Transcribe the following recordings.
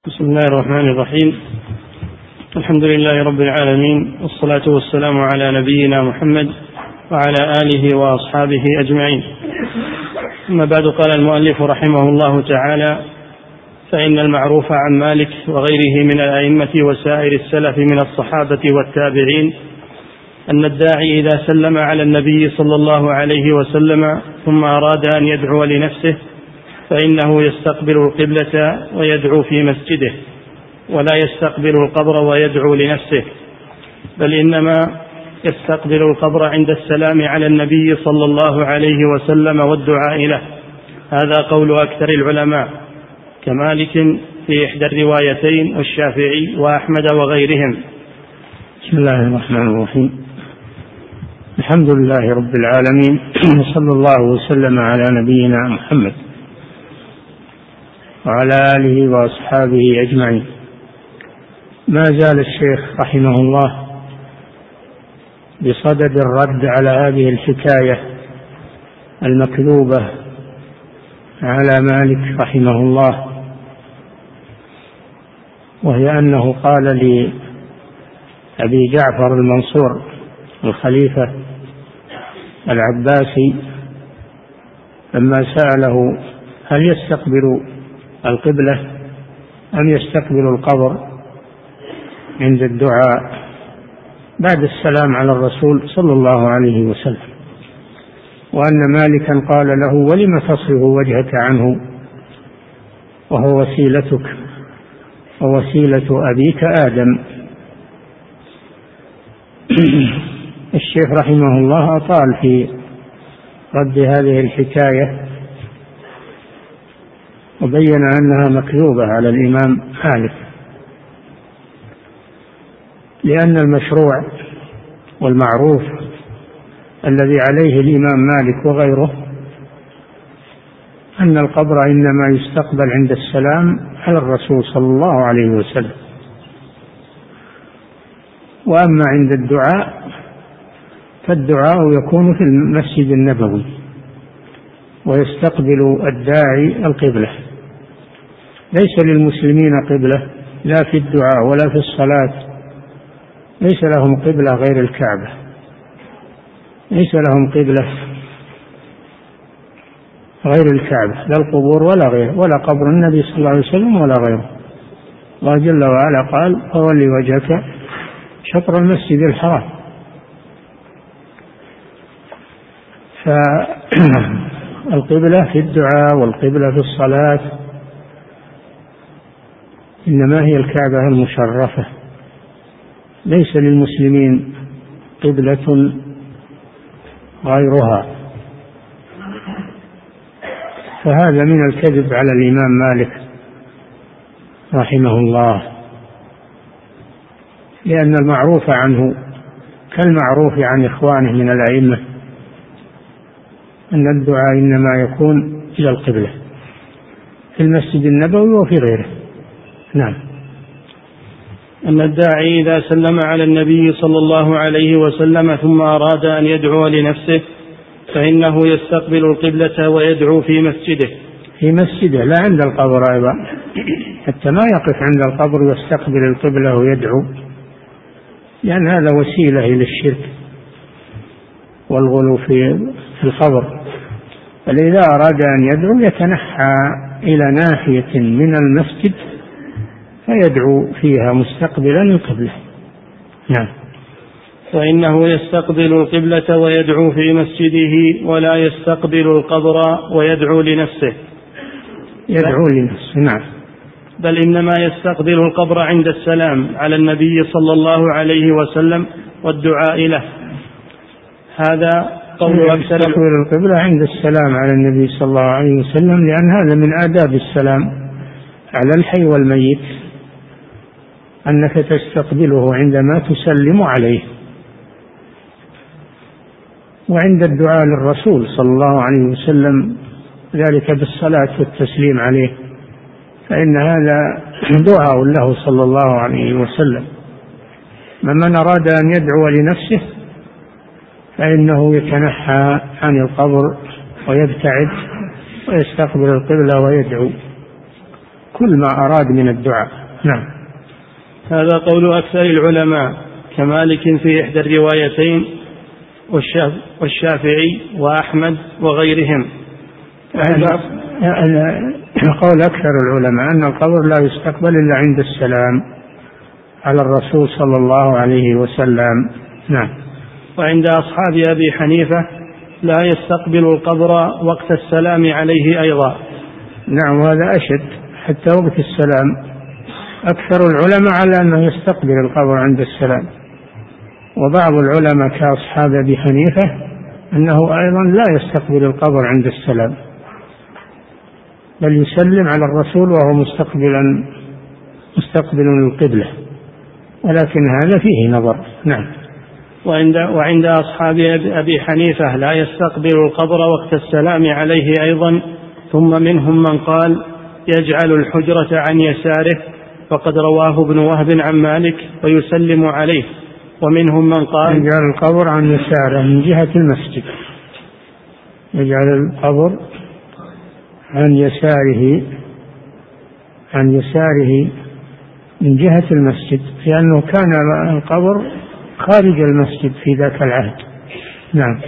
بسم الله الرحمن الرحيم. الحمد لله رب العالمين، والصلاة والسلام على نبينا محمد وعلى آله وأصحابه أجمعين. أما بعد، قال المؤلف رحمه الله تعالى: فإن المعروف عن مالك وغيره من الأئمة وسائر السلف من الصحابة والتابعين أن الداعي إذا سلم على النبي صلى الله عليه وسلم ثم أراد أن يدعو لنفسه فإنه يستقبل القبلة ويدعو في مسجده، ولا يستقبل القبر ويدعو لنفسه، بل إنما يستقبل القبر عند السلام على النبي صلى الله عليه وسلم والدعاء له. هذا قول أكثر العلماء كمالك في إحدى الروايتين والشافعي وأحمد وغيرهم. بسم الله الرحمن الرحيم. الحمد لله رب العالمين، صلى الله وسلم على نبينا محمد وعلى آله وأصحابه أجمعين. ما زال الشيخ رحمه الله بصدد الرد على هذه الحكاية المكذوبة على مالك رحمه الله، وهي أنه قال لأبي جعفر المنصور الخليفة العباسي لما سأله هل يستقبل القبلة أم يستقبل القبر عند الدعاء بعد السلام على الرسول صلى الله عليه وسلم، وأن مالكا قال له: ولم تصرف وجهك عنه وهو وسيلتك ووسيلة أبيك آدم. الشيخ رحمه الله أطال في رد هذه الحكاية وبين أنها مكذوبة على الإمام مالك، لأن المشروع والمعروف الذي عليه الإمام مالك وغيره أن القبر إنما يستقبل عند السلام على الرسول صلى الله عليه وسلم، وأما عند الدعاء فالدعاء يكون في المسجد النبوي ويستقبل الداعي القبلة. ليس للمسلمين قبلة لا في الدعاء ولا في الصلاة، ليس لهم قبلة غير الكعبة، ليس لهم قبلة غير الكعبة، لا القبور ولا غيره، ولا قبر النبي صلى الله عليه وسلم ولا غيره. الله جل وعلا قال: فولي وجهك شطر المسجد الحرام. فالقبلة في الدعاء والقبلة في الصلاة إنما هي الكعبة المشرفة، ليس للمسلمين قبلة غيرها. فهذا من الكذب على الإمام مالك رحمه الله، لأن المعروف عنه كالمعروف عن إخوانه من الأئمة أن الدعاء إنما يكون إلى القبلة في المسجد النبوي وفي غيره. نعم. أن الداعي إذا سلم على النبي صلى الله عليه وسلم ثم أراد أن يدعو لنفسه فإنه يستقبل القبلة ويدعو في مسجده. في مسجده لا عند القبر أيضا، حتى ما يقف عند القبر ويستقبل القبلة ويدعو، لأن هذا وسيلة إلى الشرك والغلو في القبر. فإذا أراد أن يدعو يتنحى إلى ناحية من المسجد فيدعو فيها مستقبلا القبلة. نعم. فإنه يستقبل القبلة ويدعو في مسجده، ولا يستقبل القبر ويدعو لنفسه. يدعو لنفسه. نعم. بل إنما يستقبل القبر عند السلام على النبي صلى الله عليه وسلم والدعاء له. هذا قول أكثر. يستقبل القبلة عند السلام على النبي صلى الله عليه وسلم، لأن هذا من آداب السلام على الحي والميت، أنك تستقبله عندما تسلم عليه. وعند الدعاء للرسول صلى الله عليه وسلم ذلك بالصلاة والتسليم عليه، فإن هذا دعاء له صلى الله عليه وسلم. من أراد أن يدعو لنفسه فإنه يتنحى عن القبر ويبتعد ويستقبل القبلة ويدعو. كل ما أراد من الدعاء. نعم. هذا قول أكثر العلماء كمالك في إحدى الروايتين والشافعي وأحمد وغيرهم. قول أكثر العلماء أن القبر لا يستقبل إلا عند السلام على الرسول صلى الله عليه وسلم. نعم. وعند أصحاب أبي حنيفة لا يستقبل القبر وقت السلام عليه أيضا. نعم، وهذا أشد، حتى وقت السلام أكثر العلماء على أنه يستقبل القبر عند السلام، وبعض العلماء كأصحاب أبي حنيفة أنه أيضا لا يستقبل القبر عند السلام، بل يسلم على الرسول وهو مستقبل القبلة، ولكن هذا فيه نظر. نعم. وعند أصحاب أبي حنيفة لا يستقبل القبر وقت السلام عليه أيضا. ثم منهم من قال يجعل الحجرة عن يساره، فقد رواه ابن وهب عن مالك ويسلم عليه. ومنهم من قال يجعل القبر عن يساره من جهة المسجد، يجعل القبر عن يساره من جهة المسجد، لأنه كان القبر خارج المسجد في ذاك العهد. نعم.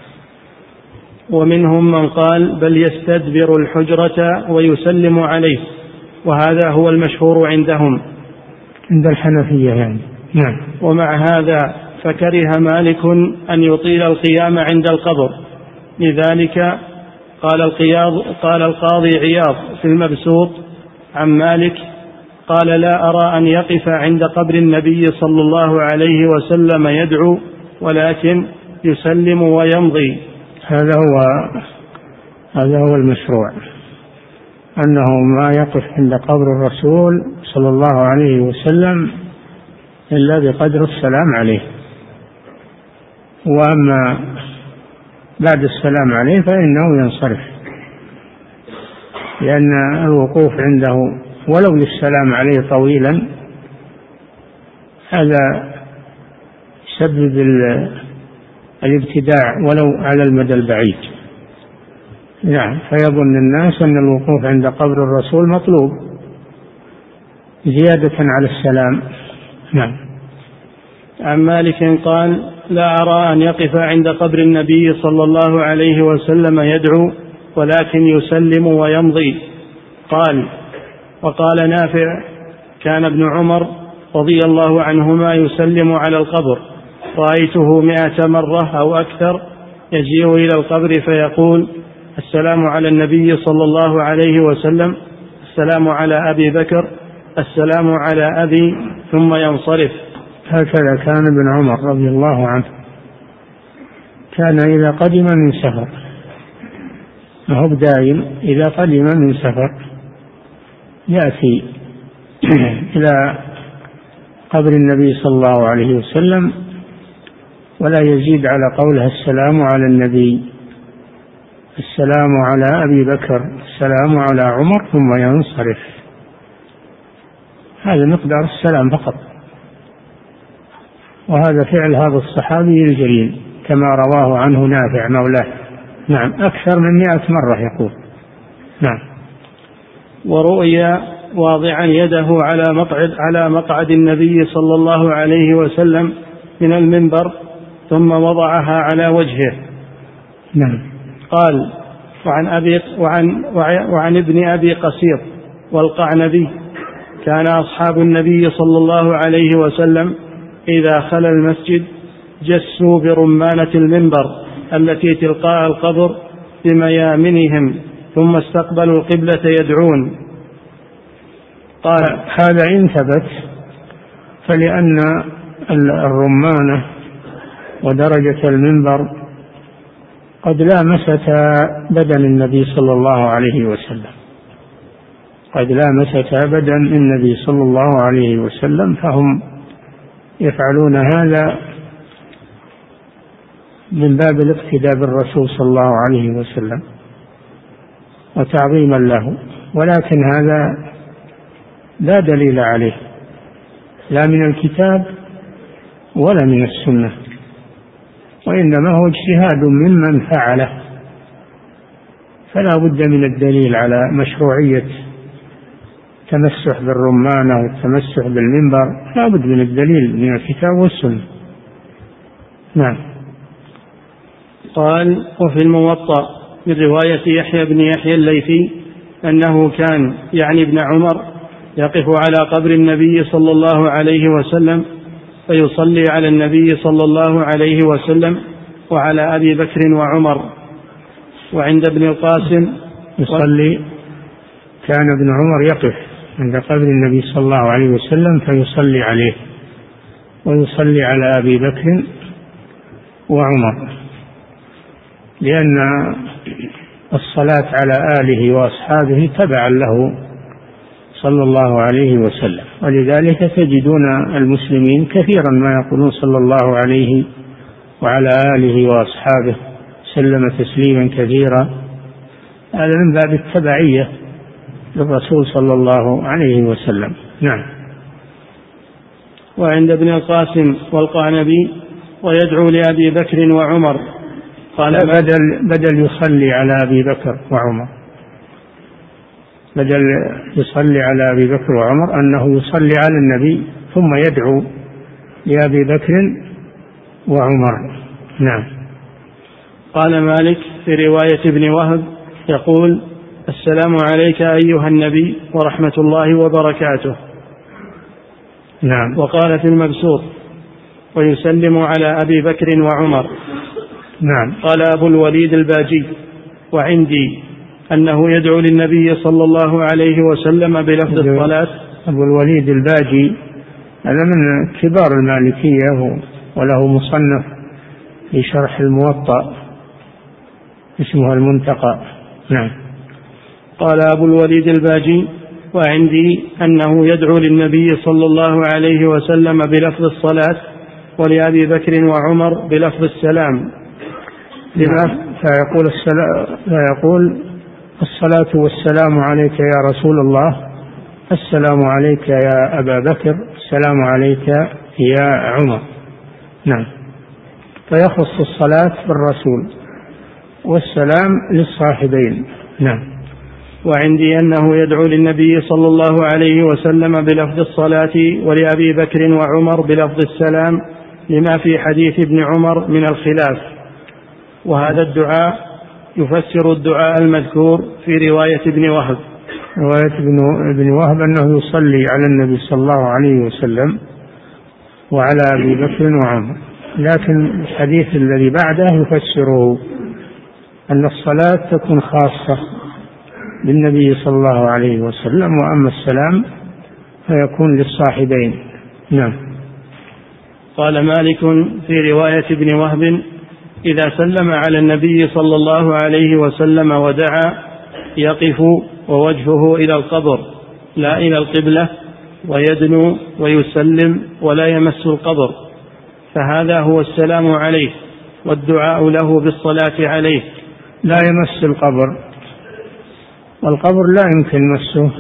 ومنهم من قال بل يستدبر الحجرة ويسلم عليه، وهذا هو المشهور عندهم عند الحنفية يعني. نعم. ومع هذا فكره مالك أن يطيل القيام عند القبر، لذلك قال القاضي عياض في المبسوط عن مالك قال لا أرى أن يقف عند قبر النبي صلى الله عليه وسلم يدعو، ولكن يسلم ويمضي. هذا هو المشروع، أنه ما يقف عند قبر الرسول صلى الله عليه وسلم إلا بقدر السلام عليه، وأما بعد السلام عليه فإنه ينصرف، لأن الوقوف عنده ولو للسلام عليه طويلا هذا يسبب الابتداع ولو على المدى البعيد. نعم. فيظن الناس أن الوقوف عند قبر الرسول مطلوب زيادة على السلام. نعم. عن مالك قال لا أرى أن يقف عند قبر النبي صلى الله عليه وسلم يدعو، ولكن يسلم ويمضي. قال وقال نافع كان ابن عمر رضي الله عنهما يسلم على القبر، رأيته 100 مرة أو أكثر يجيء إلى القبر فيقول السلام على النبي صلى الله عليه وسلم، السلام على أبي بكر، السلام على أبي، ثم ينصرف. هكذا كان ابن عمر رضي الله عنه، كان إذا قدم من سفر، ما هو بدايم، إذا قدم من سفر يأتي إلى قبر النبي صلى الله عليه وسلم ولا يزيد على قولها السلام على النبي، السلام على أبي بكر، السلام على عمر، ثم ينصرف. هذا مقدار السلام فقط، وهذا فعل هذا الصحابي الجليل كما رواه عنه نافع مولاه. نعم. أكثر من 100 مرة يقول. نعم. ورؤيا واضعا يده على مقعد النبي صلى الله عليه وسلم من المنبر ثم وضعها على وجهه. نعم. قال وعن ابن أبي قصير والقعنبي كان أصحاب النبي صلى الله عليه وسلم إذا خلا المسجد جسوا برمانة المنبر التي تلقاء القبر بميامنهم ثم استقبلوا القبلة يدعون. قال هذا إن ثبت، فلأن الرمانة ودرجة المنبر قد لامستا بدن النبي صلى الله عليه وسلم، قد لامستا بدن النبي صلى الله عليه وسلم، فهم يفعلون هذا من باب الاقتداء بالرسول صلى الله عليه وسلم وتعظيما له، ولكن هذا لا دليل عليه لا من الكتاب ولا من السنة، وإنما هو اجتهاد ممن فعله، فلا بد من الدليل على مشروعية التمسح بالرمانة والتمسح بالمنبر لا بد من الدليل من الكتاب والسنة. نعم. قال: وفي الموطأ من رواية يحيى بن يحيى الليثي أنه كان يعني ابن عمر يقف على قبر النبي صلى الله عليه وسلم فيصلي على النبي صلى الله عليه وسلم وعلى أبي بكر وعمر. وعند ابن القاسم يصلي، كان ابن عمر يقف عند قبر النبي صلى الله عليه وسلم فيصلي عليه ويصلي على أبي بكر وعمر، لأن الصلاة على آله وأصحابه تبعا له صلى الله عليه وسلم، ولذلك تجدون المسلمين كثيرا ما يقولون صلى الله عليه وعلى آله وأصحابه سلم تسليما كثيرا، هذا من باب التبعية للرسول صلى الله عليه وسلم. نعم. وعند ابن القاسم والقعنبي ويدعو لأبي بكر وعمر. قال بدل يصلي على أبي بكر وعمر، بدل يصلي على أبي بكر وعمر أنه يصلي على النبي ثم يدعو لأبي بكر وعمر. نعم. قال مالك في رواية ابن وهب يقول: السلام عليك أيها النبي ورحمة الله وبركاته. نعم. وقال في المبسوط: ويسلم على أبي بكر وعمر. نعم. قال أبو الوليد الباجي: وعندي أنه يدعو للنبي صلى الله عليه وسلم بلفظ الصلاة. أبو الوليد الباجي هذا من كبار المالكية وله مصنف في شرح الموطأ اسمه المنتقى. نعم. قال أبو الوليد الباجي: وعندي أنه يدعو للنبي صلى الله عليه وسلم بلفظ الصلاة ولأبي بكر وعمر بلفظ السلام. فيقول الصلاة والسلام عليك يا رسول الله، السلام عليك يا أبا بكر، السلام عليك يا عمر. نعم. فيخص الصلاة بالرسول والسلام للصاحبين. نعم. وعندي أنه يدعو للنبي صلى الله عليه وسلم بلفظ الصلاة ولأبي بكر وعمر بلفظ السلام لما في حديث ابن عمر من الخلاف، وهذا الدعاء يفسر الدعاء المذكور في رواية ابن وهب. رواية ابن وهب أنه يصلي على النبي صلى الله عليه وسلم وعلى أبي بكر وعمر، لكن الحديث الذي بعده يفسره أن الصلاة تكون خاصة بالنبي صلى الله عليه وسلم، وأما السلام فيكون للصاحبين. نعم. قال مالك في رواية ابن وهب: إذا سلم على النبي صلى الله عليه وسلم ودعا يقف ووجهه إلى القبر لا إلى القبلة، ويدنو ويسلم ولا يمس القبر، فهذا هو السلام عليه والدعاء له بالصلاة عليه. لا يمس القبر، والقبر لا يمكن مسه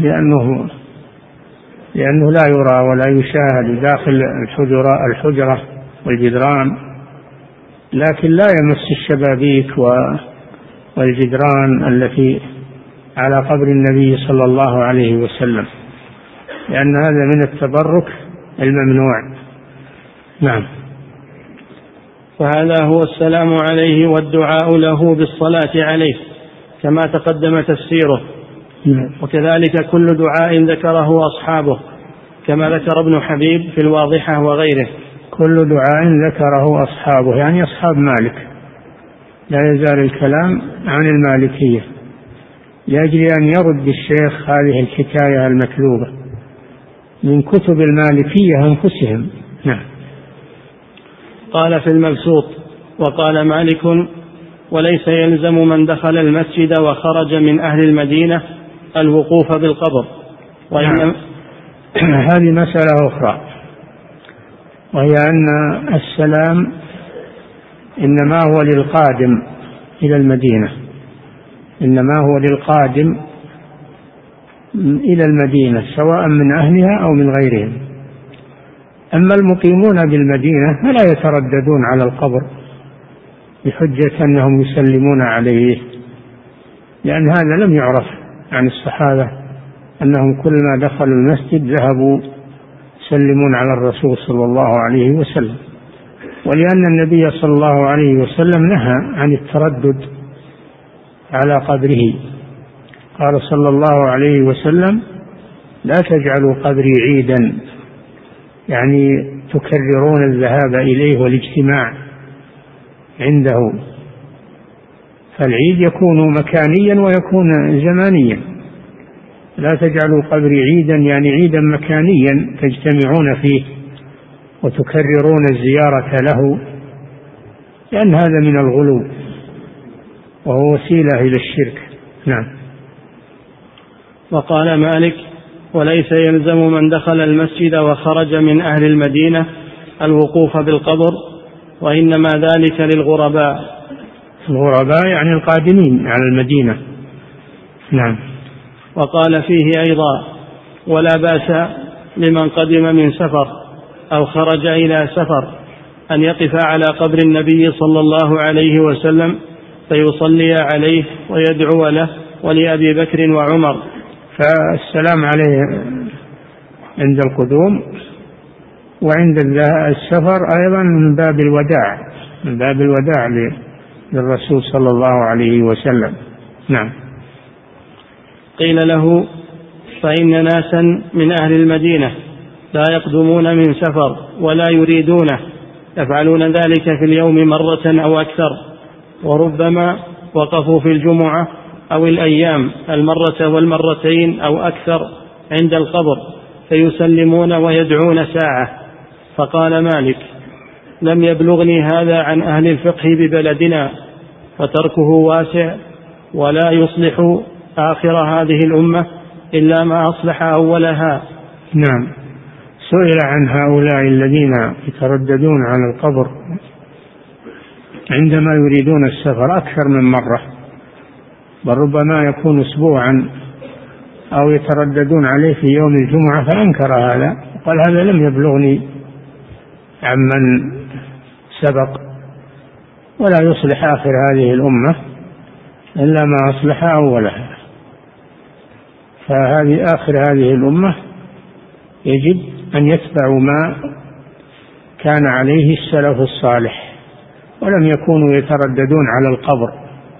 لأنه لا يرى ولا يشاهد داخل الحجرة والجدران، لكن لا يمس الشبابيك والجدران التي على قبر النبي صلى الله عليه وسلم، لأن هذا من التبرك الممنوع. نعم. فهذا هو السلام عليه والدعاء له بالصلاة عليه كما تقدم تفسيره. وكذلك كل دعاء ذكره أصحابه كما ذكر ابن حبيب في الواضحة وغيره. كل دعاء ذكره أصحابه يعني أصحاب مالك، لا يزال الكلام عن المالكية لأجل أن يرد الشيخ هذه الحكاية المكذوبة من كتب المالكية أنفسهم. نعم. قال في المبسوط: وقال مالك: وليس يلزم من دخل المسجد وخرج من أهل المدينة الوقوف بالقبر. نعم. هذه مسألة أخرى، وهي أن السلام إنما هو للقادم إلى المدينة، إنما هو للقادم إلى المدينة سواء من أهلها أو من غيرهم. أما المقيمون بالمدينة فلا يترددون على القبر بحجة أنهم يسلمون عليه، لأن هذا لم يعرف عن الصحابة أنهم كلما دخلوا المسجد ذهبوا يسلمون على الرسول صلى الله عليه وسلم. ولأن النبي صلى الله عليه وسلم نهى عن التردد على قبره، قال صلى الله عليه وسلم: لا تجعلوا قبري عيدا، يعني تكررون الذهاب إليه والاجتماع عنده. فالعيد يكون مكانيا ويكون زمانيا. لا تجعلوا قبري عيدا يعني عيدا مكانيا تجتمعون فيه وتكررون الزيارة له، لأن هذا من الغلو وهو وسيلة إلى الشرك. نعم. وقال مالك: وليس يلزم من دخل المسجد وخرج من أهل المدينة الوقوف بالقبر، وإنما ذلك للغرباء. الغرباء يعني القادمين على المدينة. نعم. وقال فيه أيضا: ولا بأس لمن قدم من سفر أو خرج إلى سفر أن يقف على قبر النبي صلى الله عليه وسلم فيصلي عليه ويدعو له ولأبي بكر وعمر. فالسلام عليه عند القدوم وعند السفر أيضا من باب الوداع، من باب الوداع للرسول صلى الله عليه وسلم. نعم. قيل له: فإن ناسا من أهل المدينة لا يقدمون من سفر ولا يريدونه، يفعلون ذلك في اليوم مرة أو أكثر، وربما وقفوا في الجمعة أو الأيام المرة والمرتين أو أكثر عند القبر فيسلمون ويدعون ساعة. فقال مالك: لم يبلغني هذا عن أهل الفقه ببلدنا، وتركه واسع، ولا يصلح آخر هذه الأمة إلا ما أصلح أولها. نعم. سئل عن هؤلاء الذين يترددون على القبر عندما يريدون السفر أكثر من مرة، بل ربما يكون أسبوعا أو يترددون عليه في يوم الجمعة، فأنكر هذا، قال: هذا لم يبلغني عمن سبق، ولا يصلح آخر هذه الأمة إلا ما أصلح أولها. فهذه آخر هذه الأمة يجب أن يتبعوا ما كان عليه السلف الصالح، ولم يكونوا يترددون على القبر،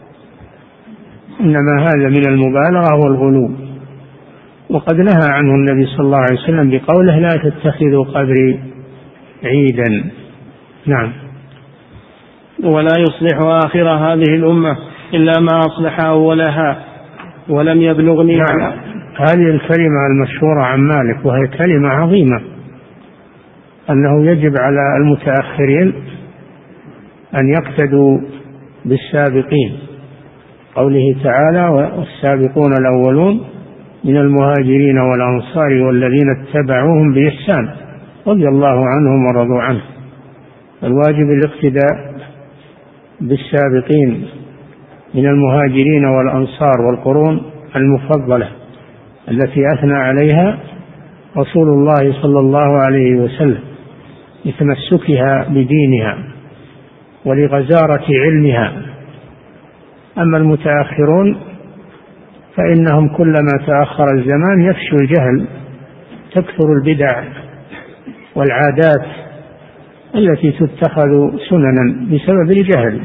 إنما هذا من المبالغة والغلو، وقد نهى عنه النبي صلى الله عليه وسلم بقوله: لا تتخذوا قبري عيدا. نعم. ولا يصلح آخر هذه الأمة إلا ما أصلح أولها، ولم يبلغني. نعم. هذه الكلمة المشهورة عن مالك، وهي كلمة عظيمة، أنه يجب على المتأخرين أن يقتدوا بالسابقين، قوله تعالى: والسابقون الأولون من المهاجرين والأنصار والذين اتبعوهم بإحسان رضي الله عنهم ورضوا عنه. الواجب الاقتداء بالسابقين من المهاجرين والأنصار والقرون المفضلة التي أثنى عليها رسول الله صلى الله عليه وسلم لتمسكها بدينها ولغزارة علمها. أما المتأخرون فإنهم كلما تأخر الزمان يفشو الجهل، تكثر البدع والعادات التي تتخذ سننا بسبب الجهل.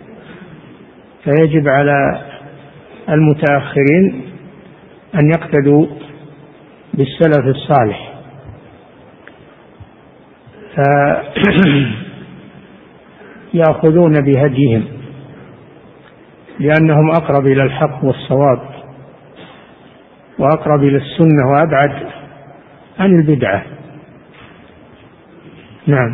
فيجب على المتأخرين أن يقتدوا بالسلف الصالح، فيأخذون بهديهم لأنهم أقرب إلى الحق والصواب، وأقرب إلى السنة، وأبعد عن البدعة. نعم.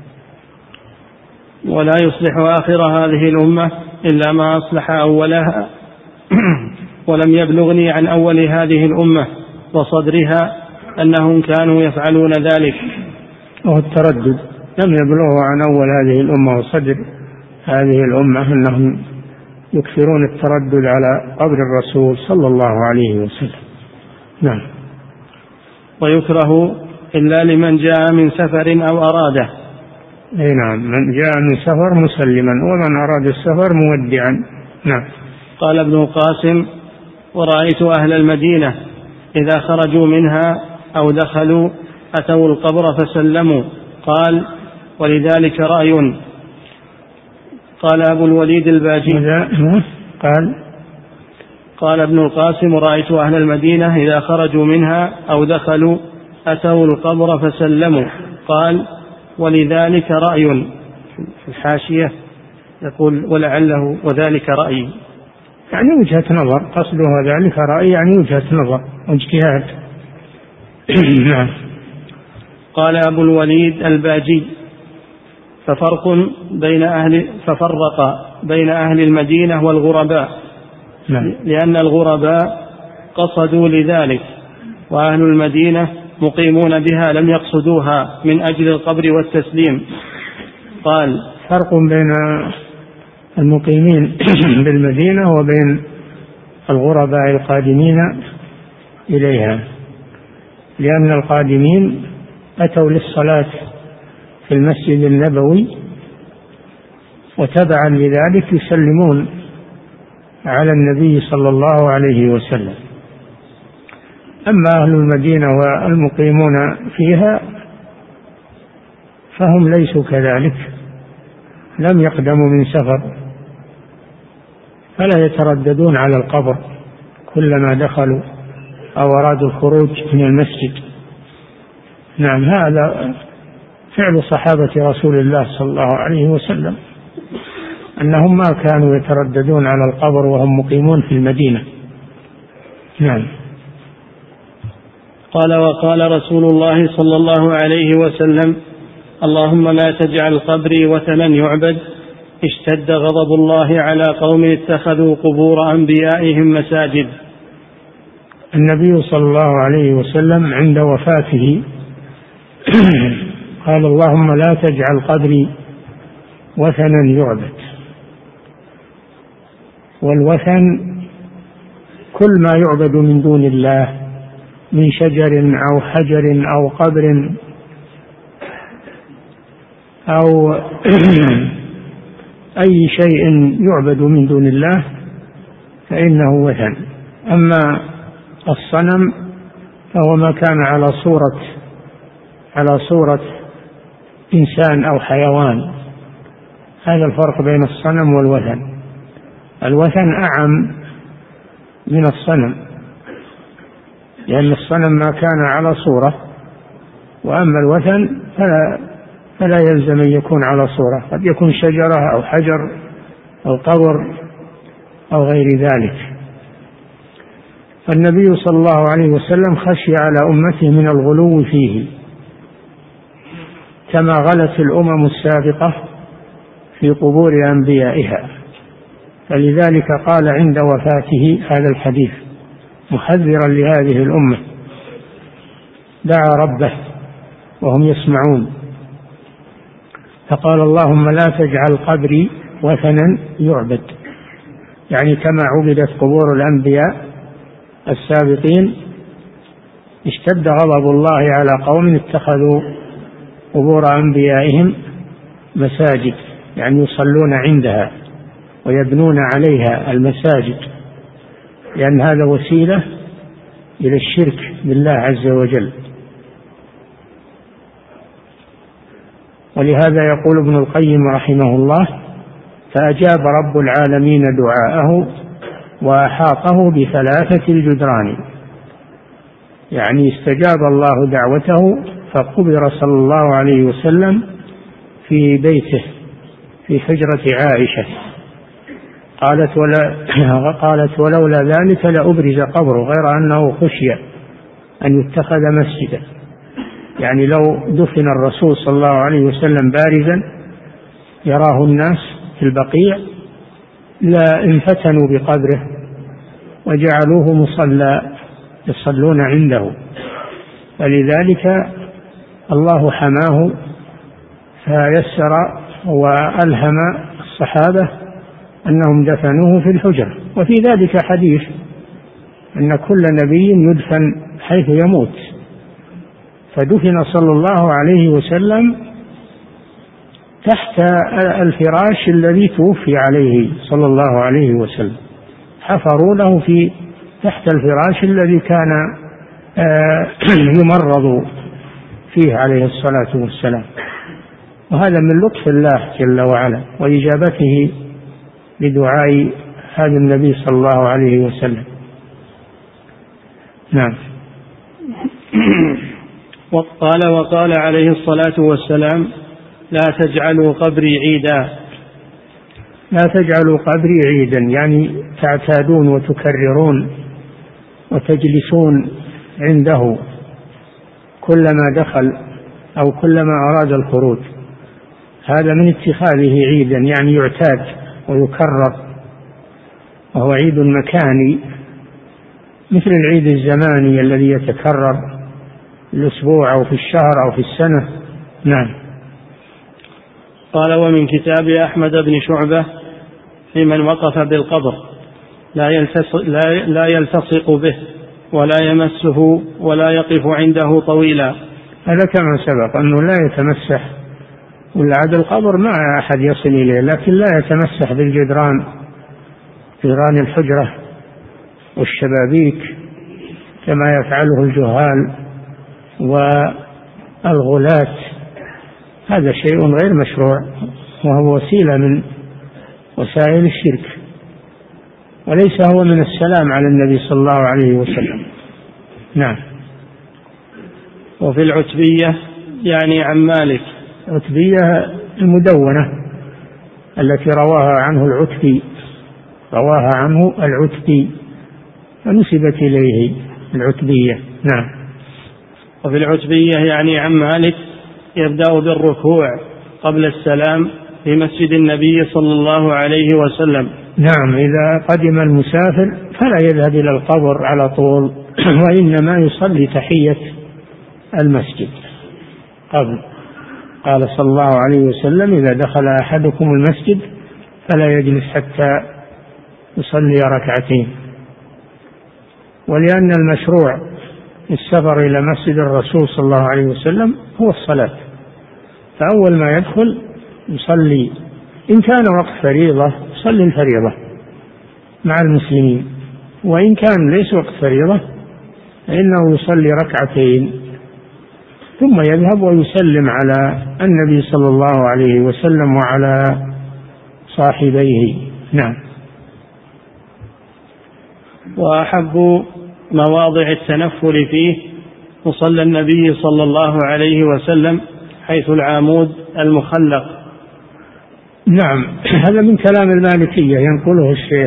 ولا يصلح آخر هذه الأمة إلا ما أصلح أولها، ولم يبلغني عن أول هذه الأمة وصدرها أنهم كانوا يفعلون ذلك. وهو التردد لم يبلغه عن أول هذه الأمة وصدر هذه الأمة أنهم يكثرون التردد على قبر الرسول صلى الله عليه وسلم. نعم. ويكره إلا لمن جاء من سفر أو أراده. أي نعم، من جاء من سفر مسلما، ومن أراد السفر مودعا. نعم. قال ابن القاسم: ورأيت أهل المدينة إذا خرجوا منها أو دخلوا أتوا القبر فسلموا. قال: ولذلك رأي. قال أبو الوليد الباجي: قال ابن القاسم: رأيت أهل المدينة إذا خرجوا منها أو دخلوا أتوا القبر فسلموا. قال: ولذلك رأي. في الحاشية يقول: ولعله وذلك رأي، يعني وجهة نظر، قصده ذلك رأي يعني وجهة نظر واجتهاد. نعم. قال أبو الوليد الباجي: ففرق بين أهل المدينة والغرباء. نعم. لأن الغرباء قصدوا لذلك، وأهل المدينة مقيمون بها لم يقصدوها من أجل القبر والتسليم. قال: فرق بين المقيمين بالمدينة وبين الغرباء القادمين إليها، لأن القادمين أتوا للصلاة في المسجد النبوي وتبعا لذلك يسلمون على النبي صلى الله عليه وسلم. أما أهل المدينة والمقيمون فيها فهم ليسوا كذلك، لم يقدموا من سفر، فلا يترددون على القبر كلما دخلوا أو أرادوا الخروج من المسجد. نعم، هذا فعل صحابة رسول الله صلى الله عليه وسلم، أنهم ما كانوا يترددون على القبر وهم مقيمون في المدينة. نعم. قال: وقال رسول الله صلى الله عليه وسلم: اللهم لا تجعل قبري وثنا يعبد. اشتد غضب الله على قوم اتخذوا قبور أنبيائهم مساجد. النبي صلى الله عليه وسلم عند وفاته قال: اللهم لا تجعل قبري وثنا يعبد. والوثن كل ما يعبد من دون الله من شجر أو حجر أو قبر أو أي شيء يعبد من دون الله فإنه وثن. أما الصنم فهو ما كان على صورة إنسان أو حيوان. هذا الفرق بين الصنم والوثن. الوثن أعم من الصنم، لأن الصنم ما كان على صورة، وأما الوثن فلا يلزم أن يكون على صورة، قد يكون شجرة أو حجر أو قبر أو غير ذلك. فالنبي صلى الله عليه وسلم خشي على أمته من الغلو فيه، كما غلت الأمم السابقة في قبور أنبيائها، فلذلك قال عند وفاته هذا الحديث محذرا لهذه الأمة، دعا ربه وهم يسمعون، فقال: اللهم لا تجعل قبري وثنا يعبد، يعني كما عبدت قبور الأنبياء السابقين اشتد غضب الله على قوم اتخذوا قبور أنبيائهم مساجد، يعني يصلون عندها ويبنون عليها المساجد، لأن هذا وسيلة إلى الشرك بالله عز وجل. ولهذا يقول ابن القيم رحمه الله: فأجاب رب العالمين دعاءه وأحاطه بثلاثة الجدران، يعني استجاب الله دعوته فقبر صلى الله عليه وسلم في بيته في حجرة عائشة. قالت: ولولا ذلك لأبرز قبره، غير أنه خشي أن يتخذ مسجدا، يعني لو دفن الرسول صلى الله عليه وسلم بارزا يراه الناس في البقيع لا انفتنوا بقبره وجعلوه مصلى يصلون عنده، فلذلك الله حماه فيسر وألهم الصحابة أنهم دفنوه في الحجر. وفي ذلك حديث أن كل نبي يدفن حيث يموت، فدفن صلى الله عليه وسلم تحت الفراش الذي توفي عليه صلى الله عليه وسلم، حفروا له تحت الفراش الذي كان يمرض فيه عليه الصلاة والسلام. وهذا من لطف الله جل وعلا وإجابته لدعاء هذا النبي صلى الله عليه وسلم. نعم. وقال عليه الصلاة والسلام: لا تجعلوا قبري عيدا. لا تجعلوا قبري عيدا يعني تعتادون وتكررون وتجلسون عنده كلما دخل أو كلما أراد الخروج. هذا من اتخاذه عيدا يعني يعتاد ويكرر، وهو عيد مكاني مثل العيد الزماني الذي يتكرر الأسبوع أو في الشهر أو في السنة. نعم. قال: ومن كتاب أحمد بن شعبة في من وقف بالقبر لا يلتصق به ولا يمسه ولا يقف عنده طويلا. هذا كما سبق أنه لا يتمسح، والعاد القبر ما أحد يصل إليه، لكن لا يتمسح بالجدران، جدران الحجرة والشبابيك كما يفعله الجهال والغلاة. هذا شيء غير مشروع، وهو وسيلة من وسائل الشرك، وليس هو من السلام على النبي صلى الله عليه وسلم. نعم. وفي العتبية يعني عن مالك. العتبية المدونة التي رواها عنه العتبي ونسبت إليه العتبية. نعم. وفي العتبية يعني عن مالك يبدأ بالركوع قبل السلام في مسجد النبي صلى الله عليه وسلم. نعم. إذا قدم المسافر فلا يذهب إلى القبر على طول، وإنما يصلي تحية المسجد قبل. قال صلى الله عليه وسلم: إذا دخل أحدكم المسجد فلا يجلس حتى يصلي ركعتين. ولأن المشروع السفر إلى مسجد الرسول صلى الله عليه وسلم هو الصلاة، فأول ما يدخل يصلي، إن كان وقت فريضة يصلي الفريضة مع المسلمين، وإن كان ليس وقت فريضة فإنه يصلي ركعتين ثم يذهب ويسلم على النبي صلى الله عليه وسلم وعلى صاحبيه. نعم. وأحب مواضع التنفل فيه مصلى النبي صلى الله عليه وسلم حيث العامود المخلق. نعم. هذا من كلام المالكية ينقله الشيخ.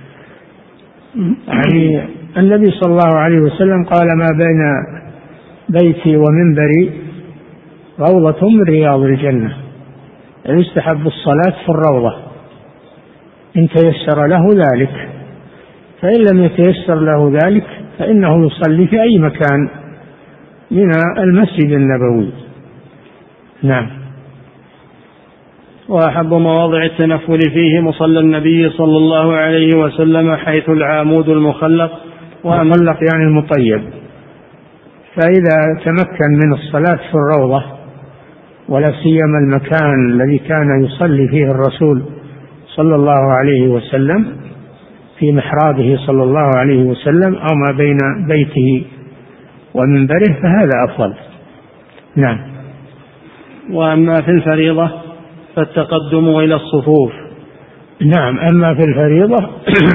يعني النبي صلى الله عليه وسلم قال: ما بين بيتي ومنبري روضة من رياض الجنة. يستحب الصلاة في الروضة إن تيسر له ذلك، فإن لم يتيسر له ذلك فإنه يصلي في أي مكان من المسجد النبوي. نعم. وأحب مواضع التنفل فيه مصلى النبي صلى الله عليه وسلم حيث العامود المخلق. والمخلق يعني المطيب. فإذا تمكن من الصلاة في الروضة، ولا سيما المكان الذي كان يصلي فيه الرسول صلى الله عليه وسلم في محرابه صلى الله عليه وسلم أو ما بين بيته ومنبره، فهذا أفضل. نعم. وأما في الفريضة فالتقدم إلى الصفوف. نعم. أما في الفريضة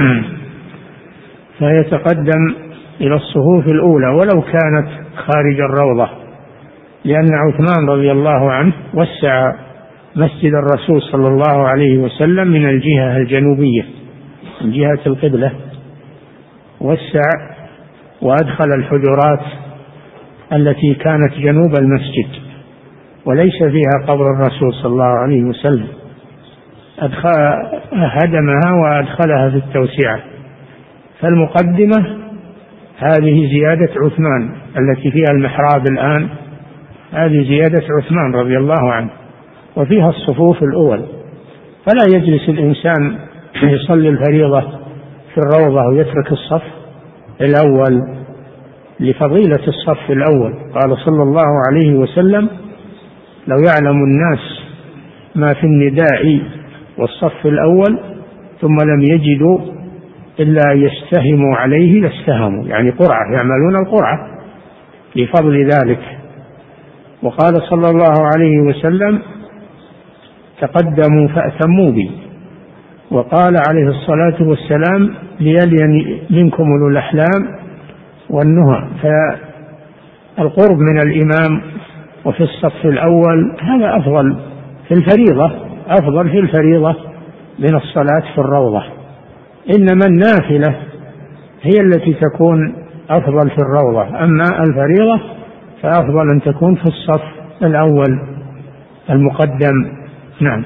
فيتقدم إلى الصفوف الأولى ولو كانت خارج الروضة، لأن عثمان رضي الله عنه وسع مسجد الرسول صلى الله عليه وسلم من الجهة الجنوبية من جهة القبلة، وسع وأدخل الحجرات التي كانت جنوب المسجد وليس فيها قبر الرسول صلى الله عليه وسلم، هدمها وأدخلها في التوسعة. فالمقدمة هذه زيادة عثمان التي فيها المحراب الآن، هذه زيادة عثمان رضي الله عنه، وفيها الصفوف الأول. فلا يجلس الإنسان يصلي الفريضة في الروضة ويترك الصف الأول لفضيلة الصف الأول. قال صلى الله عليه وسلم: لو يعلم الناس ما في النداء والصف الأول ثم لم يجدوا إلا يستهموا عليه لاستهموا، يعني قرعة، يعملون القرعة لفضل ذلك. وقال صلى الله عليه وسلم: تقدموا فأتموا بي. وقال عليه الصلاة والسلام: ليلين منكم أولو الأحلام والنهى. فالقرب من الإمام وفي الصف الأول هذا أفضل في الفريضة، أفضل في الفريضة من الصلاة في الروضة. إنما النافلة هي التي تكون أفضل في الروضة، أما الفريضة فأفضل أن تكون في الصف الأول المقدم. نعم.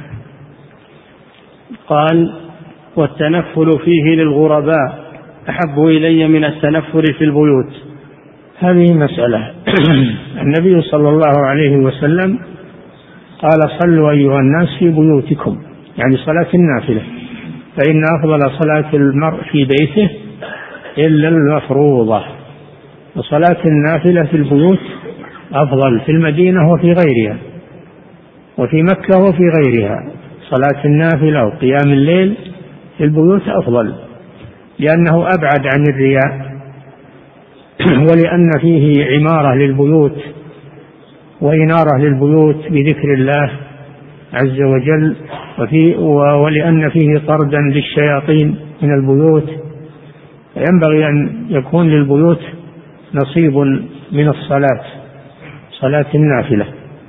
قال: والتنفل فيه للغرباء أحب إلي من التنفل في البيوت. هذه مسألة. النبي صلى الله عليه وسلم قال: صلوا أيها الناس في بيوتكم، يعني صلاة النافلة، فإن أفضل صلاة المرء في بيته إلا المفروضة. وصلاة النافلة في البيوت أفضل في المدينة وفي غيرها، وفي مكة وفي غيرها. صلاة النافلة وقيام الليل في البيوت أفضل، لأنه أبعد عن الرياء، ولأن فيه عمارة للبيوت وإنارة للبيوت بذكر الله عز وجل، ولأن فيه طردا للشياطين من البيوت. فينبغي أن يكون للبيوت نصيب من الصلاة، صلاة النافلة.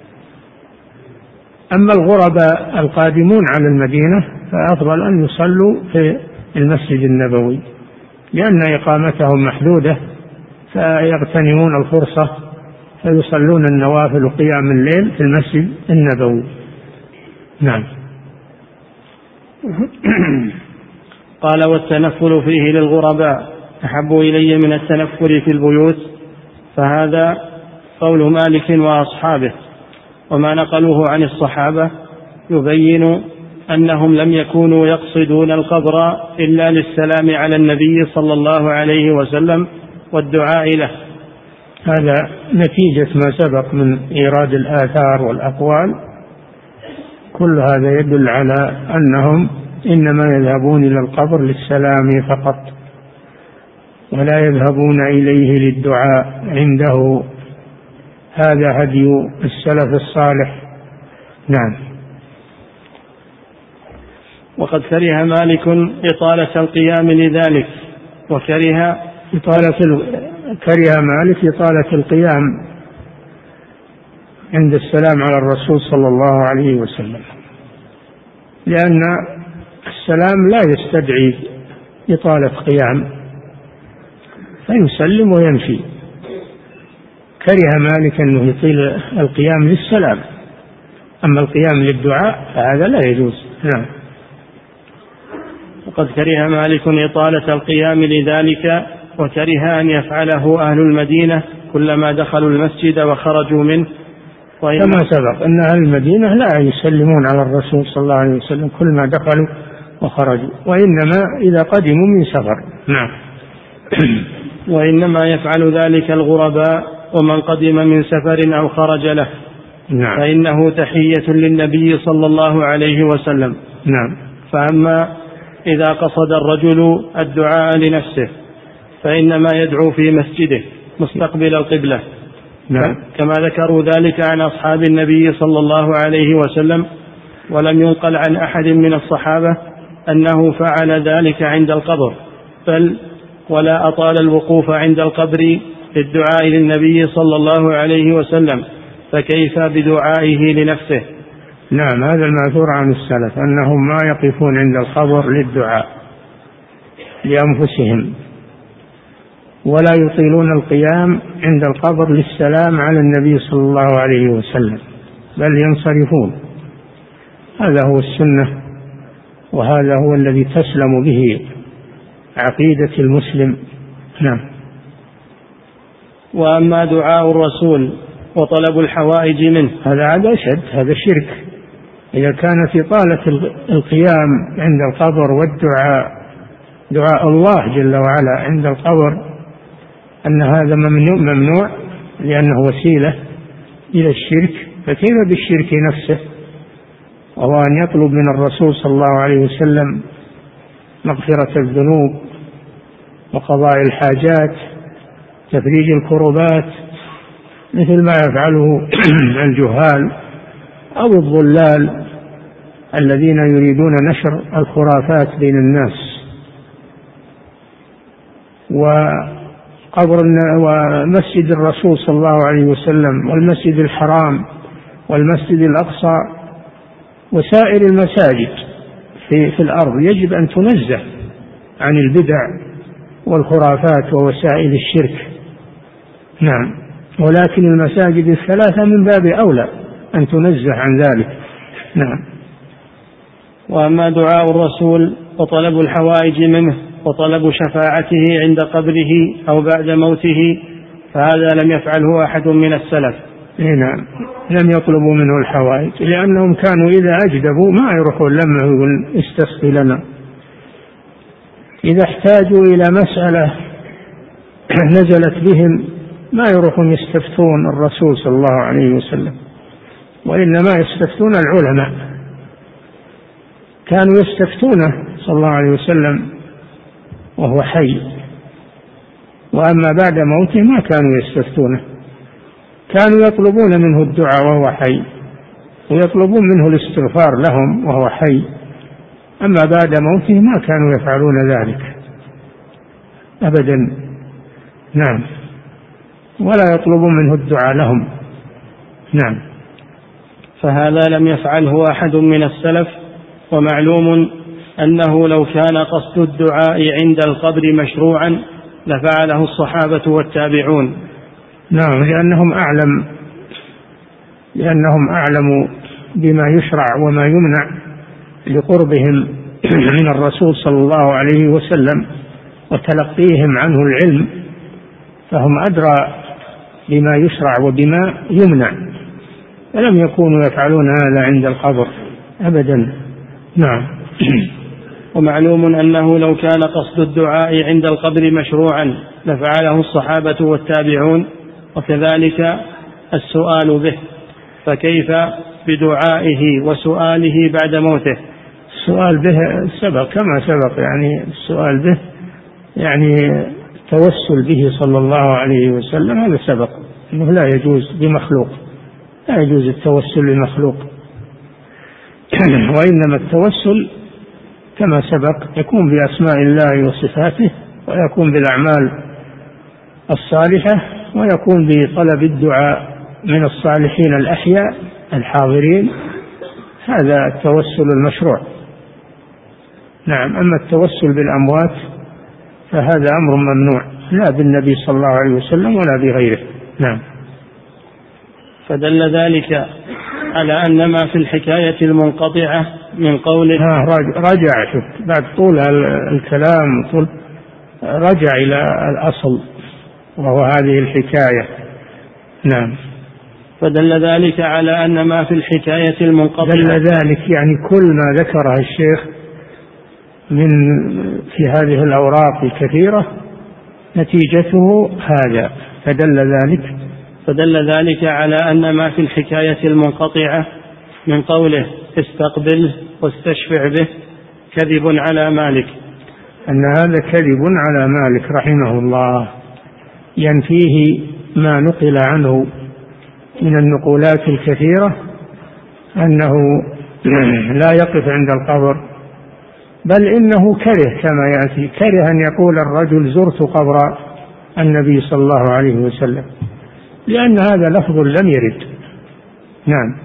أما الغرباء القادمون على المدينة فأفضل أن يصلوا في المسجد النبوي، لأن إقامتهم محدودة، فيغتنمون الفرصة فيصلون النوافل وقيام الليل في المسجد النبوي. نعم. قال: والتنفل فيه للغرباء أحب إلي من التنفل في البيوت. فهذا قول مالك وأصحابه، وما نقلوه عن الصحابة يبين أنهم لم يكونوا يقصدون القبر إلا للسلام على النبي صلى الله عليه وسلم والدعاء له. هذا نتيجة ما سبق من إيراد الآثار والأقوال، كل هذا يدل على أنهم إنما يذهبون إلى القبر للسلام فقط، ولا يذهبون إليه للدعاء عنده. هذا هدي السلف الصالح. نعم. وقد كره مالك إطالة القيام لذلك، وكره مالك إطالة القيام عند السلام على الرسول صلى الله عليه وسلم، لأن السلام لا يستدعي إطالة قيام، فيسلم ويمشي. كره مالك أنه يطيل القيام للسلام، أما القيام للدعاء فهذا لا يجوز. نعم. وقد كره مالك إطالة القيام لذلك، وكره أن يفعله أهل المدينة كلما دخلوا المسجد وخرجوا منه. كما سبق أن أهل المدينة لا يسلمون على الرسول صلى الله عليه وسلم كلما دخلوا وخرجوا، وإنما إذا قدموا من سفر. نعم. وإنما يفعل ذلك الغرباء ومن قدم من سفر أو خرج له. نعم. فإنه تحية للنبي صلى الله عليه وسلم. نعم. فأما إذا قصد الرجل الدعاء لنفسه فإنما يدعو في مسجده مستقبل القبلة. نعم. كما ذكروا ذلك عن أصحاب النبي صلى الله عليه وسلم، ولم ينقل عن أحد من الصحابة أنه فعل ذلك عند القبر، بل ولا أطال الوقوف عند القبر للدعاء للنبي صلى الله عليه وسلم، فكيف بدعائه لنفسه؟ نعم. هذا المأثور عن السلف أنهم ما يقفون عند القبر للدعاء لأنفسهم، ولا يطيلون القيام عند القبر للسلام على النبي صلى الله عليه وسلم، بل ينصرفون. هذا هو السنة، وهذا هو الذي تسلم به عقيدة المسلم. نعم. وأما دعاء الرسول وطلب الحوائج منه هذا أشد، هذا شرك. إذا كان في طالة القيام عند القبر والدعاء، دعاء الله جل وعلا عند القبر، أن هذا ممنوع لأنه وسيلة إلى الشرك، فكيف بالشرك نفسه؟ وهو أن يطلب من الرسول صلى الله عليه وسلم مغفرة الذنوب وقضاء الحاجات، تفريج الكربات، مثل ما يفعله الجهال أو الضلال الذين يريدون نشر الخرافات بين الناس. ومسجد الرسول صلى الله عليه وسلم والمسجد الحرام والمسجد الأقصى وسائر المساجد في الأرض يجب أن تنزه عن البدع والخرافات ووسائل الشرك. نعم، ولكن المساجد الثلاثة من باب أولى أن تنزه عن ذلك. نعم. وأما دعاء الرسول وطلب الحوائج منه وطلب شفاعته عند قبره أو بعد موته فهذا لم يفعله أحد من السلف. نعم، لم يطلبوا منه الحوائج، لأنهم كانوا إذا أجدبوا ما يروحون لما يقول استسقي لنا. إذا احتاجوا إلى مسألة نزلت بهم ما يروحون يستفتون الرسول صلى الله عليه وسلم، وإنما يستفتون العلماء. كانوا يستفتونه صلى الله عليه وسلم وهو حي، وأما بعد موته ما كانوا يستفتونه، كانوا يطلبون منه الدعاء وهو حي، ويطلبون منه الاستغفار لهم وهو حي. أما بعد موته ما كانوا يفعلون ذلك أبدا. نعم، ولا يطلبون منه الدعاء لهم. نعم. فهذا لم يفعله أحد من السلف. ومعلوم أنه لو كان قصد الدعاء عند القبر مشروعا لفعله الصحابة والتابعون. نعم، لأنهم أعلم بما يشرع وما يمنع لقربهم من الرسول صلى الله عليه وسلم وتلقيهم عنه العلم، فهم أدرى بما يشرع وبما يمنع، ولم يكونوا يفعلون هذا عند القبر أبدا. نعم. ومعلوم أنه لو كان قصد الدعاء عند القبر مشروعا لفعله الصحابة والتابعون، وكذلك السؤال به، فكيف بدعائه وسؤاله بعد موته؟ السؤال به سبق كما سبق، يعني السؤال به يعني التوسل به صلى الله عليه وسلم، هذا سبق أنه لا يجوز بمخلوق، لا يجوز التوسل بمخلوق، وإنما التوسل كما سبق يكون بأسماء الله وصفاته، ويكون بالأعمال الصالحة، ويكون بطلب الدعاء من الصالحين الأحياء الحاضرين، هذا التوسل المشروع. نعم. أما التوسل بالأموات فهذا أمر ممنوع، لا بالنبي صلى الله عليه وسلم ولا بغيره. نعم. فدل ذلك على أن ما في الحكاية المنقطعة من قوله رجع شوف بعد طول الكلام طول رجع إلى الأصل وهو هذه الحكاية. نعم. فدل ذلك على أن ما في الحكاية المنقطعة، دل ذلك يعني كل ما ذكره الشيخ في هذه الأوراق الكثيرة نتيجته هذا. فدل ذلك على أن ما في الحكاية المنقطعة من قوله استقبله واستشفع به كذب على مالك، أن هذا كذب على مالك رحمه الله، ينفيه ما نقل عنه من النقولات الكثيرة أنه لا يقف عند القبر، بل إنه كره كما يأتي، كره أن يقول الرجل زرت قبر النبي صلى الله عليه وسلم، لأن هذا لفظ لم يرد. نعم.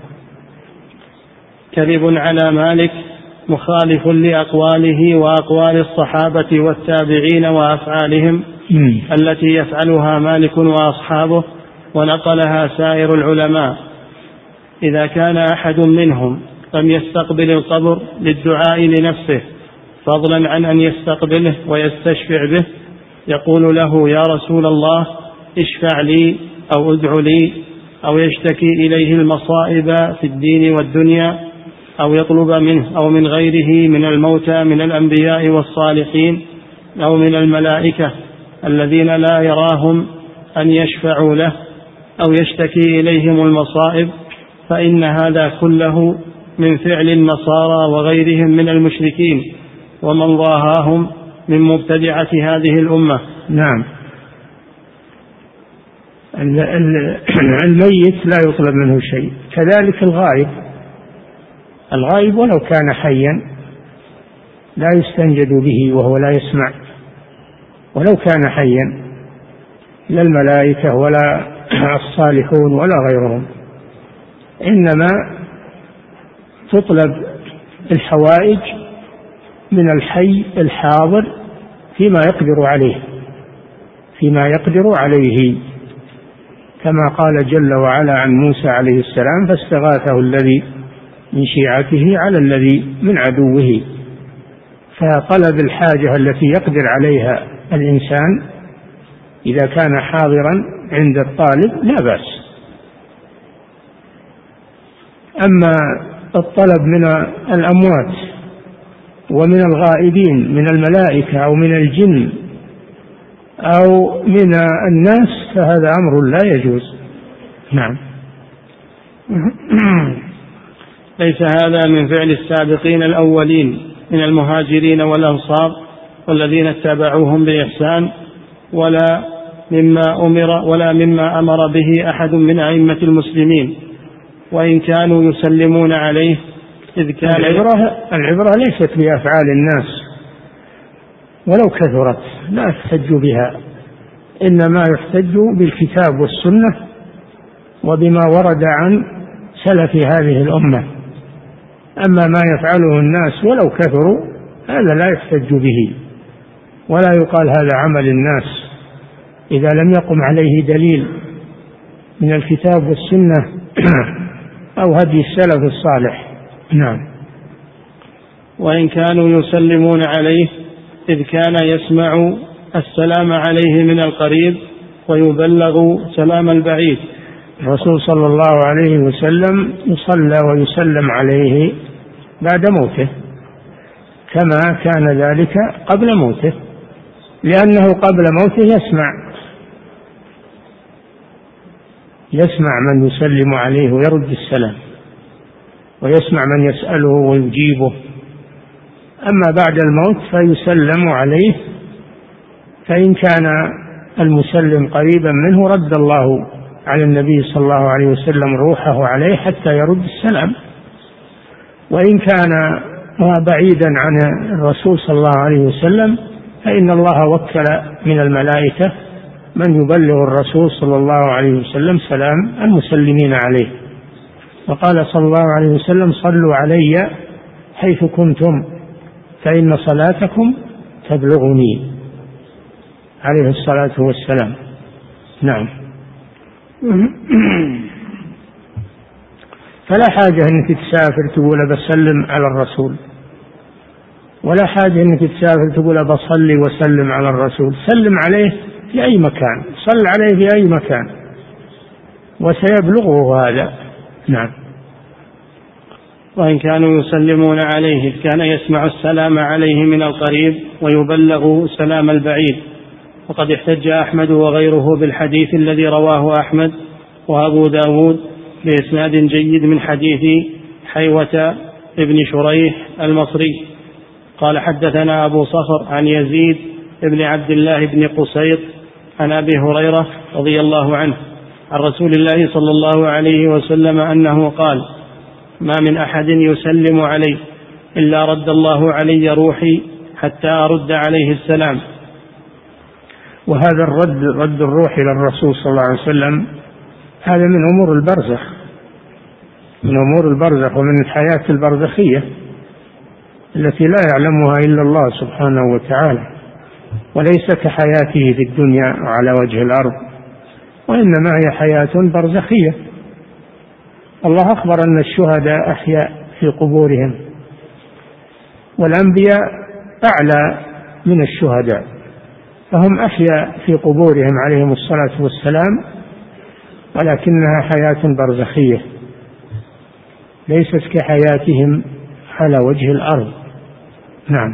كذب على مالك مخالف لأقواله وأقوال الصحابة والتابعين وأفعالهم التي يفعلها مالك وأصحابه ونقلها سائر العلماء. إذا كان أحد منهم لم يستقبل القبر للدعاء لنفسه فضلا عن أن يستقبله ويستشفع به، يقول له يا رسول الله اشفع لي أو ادع لي، أو يشتكي إليه المصائب في الدين والدنيا، أو يطلب منه أو من غيره من الموتى من الأنبياء والصالحين أو من الملائكة الذين لا يراهم أن يشفعوا له، أو يشتكي إليهم المصائب، فإن هذا كله من فعل النصارى وغيرهم من المشركين ومن ضاهاهم من مبتدعة هذه الأمة. نعم. الميت لا يطلب منه شيء. كذلك الغائب ولو كان حيا لا يستنجد به وهو لا يسمع، ولو كان حيا، لا الملائكة ولا الصالحون ولا غيرهم، إنما تطلب الحوائج من الحي الحاضر فيما يقدر عليه، كما قال جل وعلا عن موسى عليه السلام: فاستغاثه الذي من شيعته على الذي من عدوه. فطلب الحاجة التي يقدر عليها الإنسان إذا كان حاضرا عند الطالب لا بأس. أما الطلب من الأموات ومن الغائبين من الملائكة أو من الجن أو من الناس فهذا أمر لا يجوز. نعم. ليس هذا من فعل السابقين الأولين من المهاجرين والأنصار والذين اتبعوهم بإحسان، ولا مما أمر به أحد من أئمة المسلمين، وإن كانوا يسلمون عليه إذ كان العبرة ليست بأفعال الناس ولو كثرت، لا يحتج بها، إنما يحتج بالكتاب والسنة وبما ورد عن سلف هذه الأمة. أما ما يفعله الناس ولو كثروا هذا لا يحتج به، ولا يقال هذا عمل الناس إذا لم يقم عليه دليل من الكتاب والسنة أو هدي السلف الصالح. نعم. وإن كانوا يسلمون عليه إذ كان يسمع السلام عليه من القريب ويبلغ سلام البعيد. الرسول صلى الله عليه وسلم يصلى ويسلم عليه بعد موته كما كان ذلك قبل موته، لأنه قبل موته يسمع من يسلم عليه ويرد السلام، ويسمع من يسأله ويجيبه. أما بعد الموت فيسلم عليه، فإن كان المسلم قريبا منه رد الله على النبي صلى الله عليه وسلم روحه عليه حتى يرد السلام، وإن كان بعيدا عن الرسول صلى الله عليه وسلم فإن الله وكل من الملائكة من يبلغ الرسول صلى الله عليه وسلم سلام المسلمين عليه، وقال صلى الله عليه وسلم: صلوا علي حيث كنتم فإن صلاتكم تبلغني، عليه الصلاة والسلام. نعم. فلا حاجة أنك تسافر تقول بسلم على الرسول، ولا حاجة أنك تسافر تقول بصلي وسلم على الرسول، سلم عليه في أي مكان، صل عليه في أي مكان وسيبلغه هذا. نعم. وإن كانوا يسلمون عليه إذ كان يسمع السلام عليه من القريب ويبلغ سلام البعيد. وقد احتج أحمد وغيره بالحديث الذي رواه أحمد وأبو داود بإسناد جيد من حديث حيوة ابن شريح المصري قال: حدثنا أبو صخر عن يزيد ابن عبد الله بن قسيط عن أبي هريرة رضي الله عنه عن رسول الله صلى الله عليه وسلم أنه قال: ما من أحد يسلم علي إلا رد الله علي روحي حتى أرد عليه السلام. وهذا رد الروح إلى الرسول صلى الله عليه وسلم هذا من أمور البرزخ ومن الحياة البرزخية التي لا يعلمها إلا الله سبحانه وتعالى، وليس كحياته في الدنيا وعلى وجه الأرض، وإنما هي حياة برزخية. الله أخبر أن الشهداء أحياء في قبورهم، والأنبياء أعلى من الشهداء، فهم أحياء في قبورهم عليهم الصلاة والسلام، ولكنها حياة برزخية ليست كحياتهم على وجه الأرض. نعم.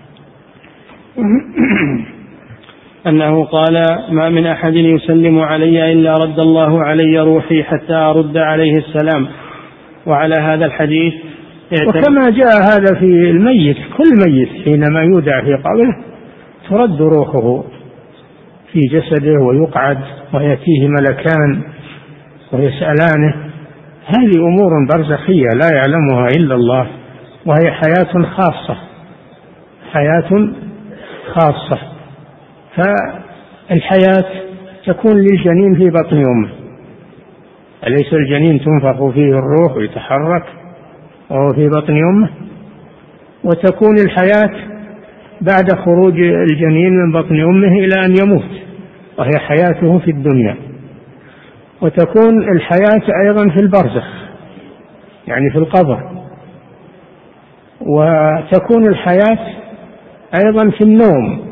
أنه قال: ما من أحد يسلم علي إلا رد الله علي روحي حتى أرد عليه السلام. وعلى هذا الحديث وكما جاء هذا في الميت، كل ميت حينما يودع في قبره ترد روحه في جسده ويقعد ويأتيه ملكان ويسألانه. هذه أمور برزخية لا يعلمها إلا الله، وهي حياة خاصة، حياة خاصة. فالحياة تكون للجنين في بطن أمه، أليس الجنين تنفخ فيه الروح ويتحرك وهو في بطن أمه؟ وتكون الحياة بعد خروج الجنين من بطن أمه إلى أن يموت، وهي حياته في الدنيا. وتكون الحياة أيضا في البرزخ، يعني في القبر. وتكون الحياة أيضا في النوم،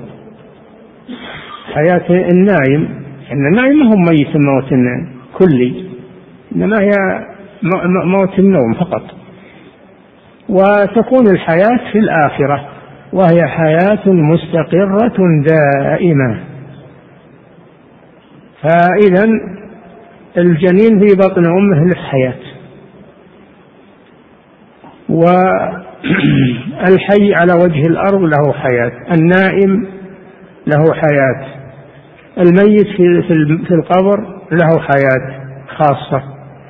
حياة النائم، إن النائم ما هو ميت موت كلي، إنما هي موت النوم فقط. وتكون الحياة في الآخرة، وهي حياة مستقرة دائمة. فإذا الجنين في بطن أمه له حياة، والحي على وجه الأرض له حياة، النائم له حياة، الميت في القبر له حياة خاصة،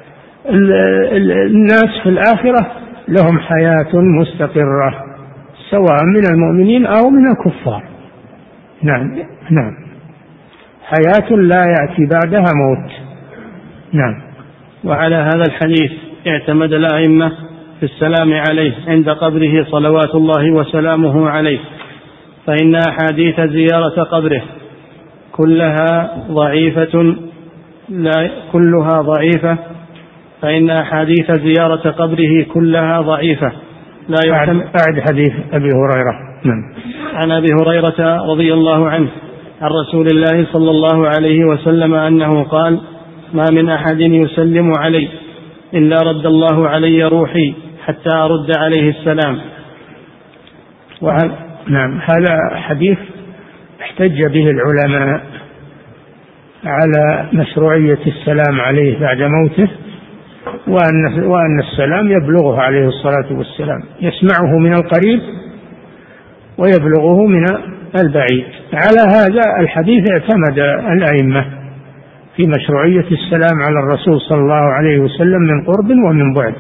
الناس في الآخرة لهم حياة مستقرة سواء من المؤمنين أو من الكفار. نعم نعم، حياة لا يأتي بعدها موت. نعم. وعلى هذا الحديث اعتمد الأئمة في السلام عليه عند قبره صلوات الله وسلامه عليه، فإن أحاديث زيارة قبره كلها ضعيفة، فإن أحاديث زيارة قبره كلها ضعيفة لا يعتمد. أعد حديث أبي هريرة. عن أبي هريرة رضي الله عنه عن رسول الله صلى الله عليه وسلم أنه قال: ما من أحد يسلم علي إلا رد الله علي روحي حتى أرد عليه السلام. نعم، هذا حديث احتج به العلماء على مشروعية السلام عليه بعد موته، وأن السلام يبلغه عليه الصلاة والسلام، يسمعه من القريب ويبلغه من البعيد. على هذا الحديث اعتمد الأئمة في مشروعية السلام على الرسول صلى الله عليه وسلم من قرب ومن بعد.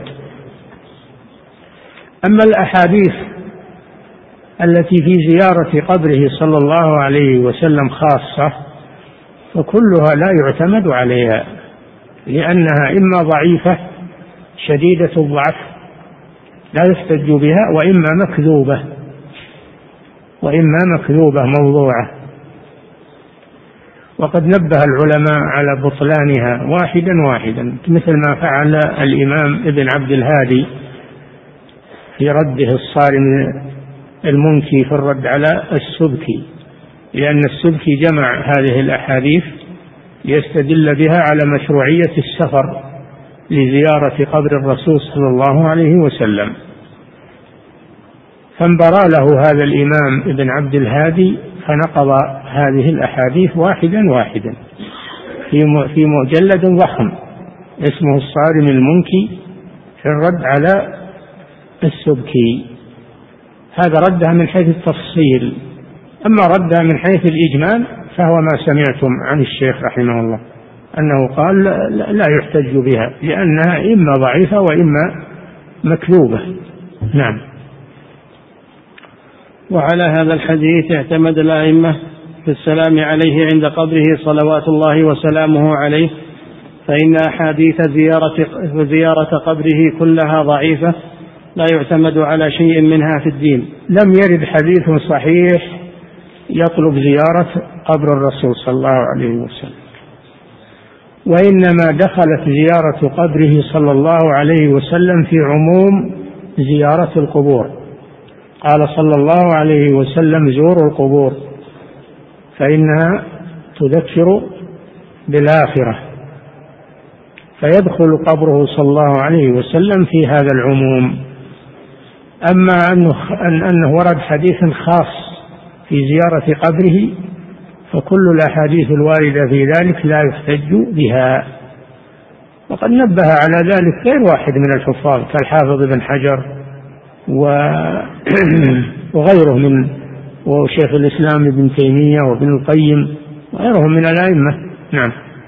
أما الأحاديث التي في زيارة قبره صلى الله عليه وسلم خاصة فكلها لا يعتمد عليها، لأنها إما ضعيفة شديدة الضعف لا يحتج بها، وإما مكذوبة موضوعة. وقد نبه العلماء على بطلانها واحدا مثل ما فعل الإمام ابن عبد الهادي في رده الصارم المنكي في الرد على السبكي، لأن السبكي جمع هذه الأحاديث ليستدل بها على مشروعية السفر لزيارة قبر الرسول صلى الله عليه وسلم، فانبرى له هذا الإمام ابن عبد الهادي فنقض هذه الأحاديث واحدا في مجلد ضخم اسمه الصارم المنكي في الرد على السبكي. هذا ردها من حيث التفصيل، أما ردها من حيث الإجمال فهو ما سمعتم عن الشيخ رحمه الله أنه قال لا يحتج بها لأنها إما ضعيفة وإما مكذوبة. نعم. وعلى هذا الحديث اعتمد الأئمة في السلام عليه عند قبره صلوات الله وسلامه عليه، فإن أحاديث زيارة قبره كلها ضعيفة لا يعتمد على شيء منها في الدين. لم يرد حديث صحيح يطلب زيارة قبر الرسول صلى الله عليه وسلم، وإنما دخلت زيارة قبره صلى الله عليه وسلم في عموم زيارة القبور. قال صلى الله عليه وسلم: زوروا القبور فإنها تذكر بالآخرة، فيدخل قبره صلى الله عليه وسلم في هذا العموم. أما أنه ورد حديث خاص في زيارة قبره فكل الأحاديث الواردة في ذلك لا يحتج بها. وقد نبه على ذلك غير واحد من الحفاظ كالحافظ ابن حجر وغيره من وشيخ الإسلام ابن تيمية وابن القيم وغيرهم من الأئمة. نعم.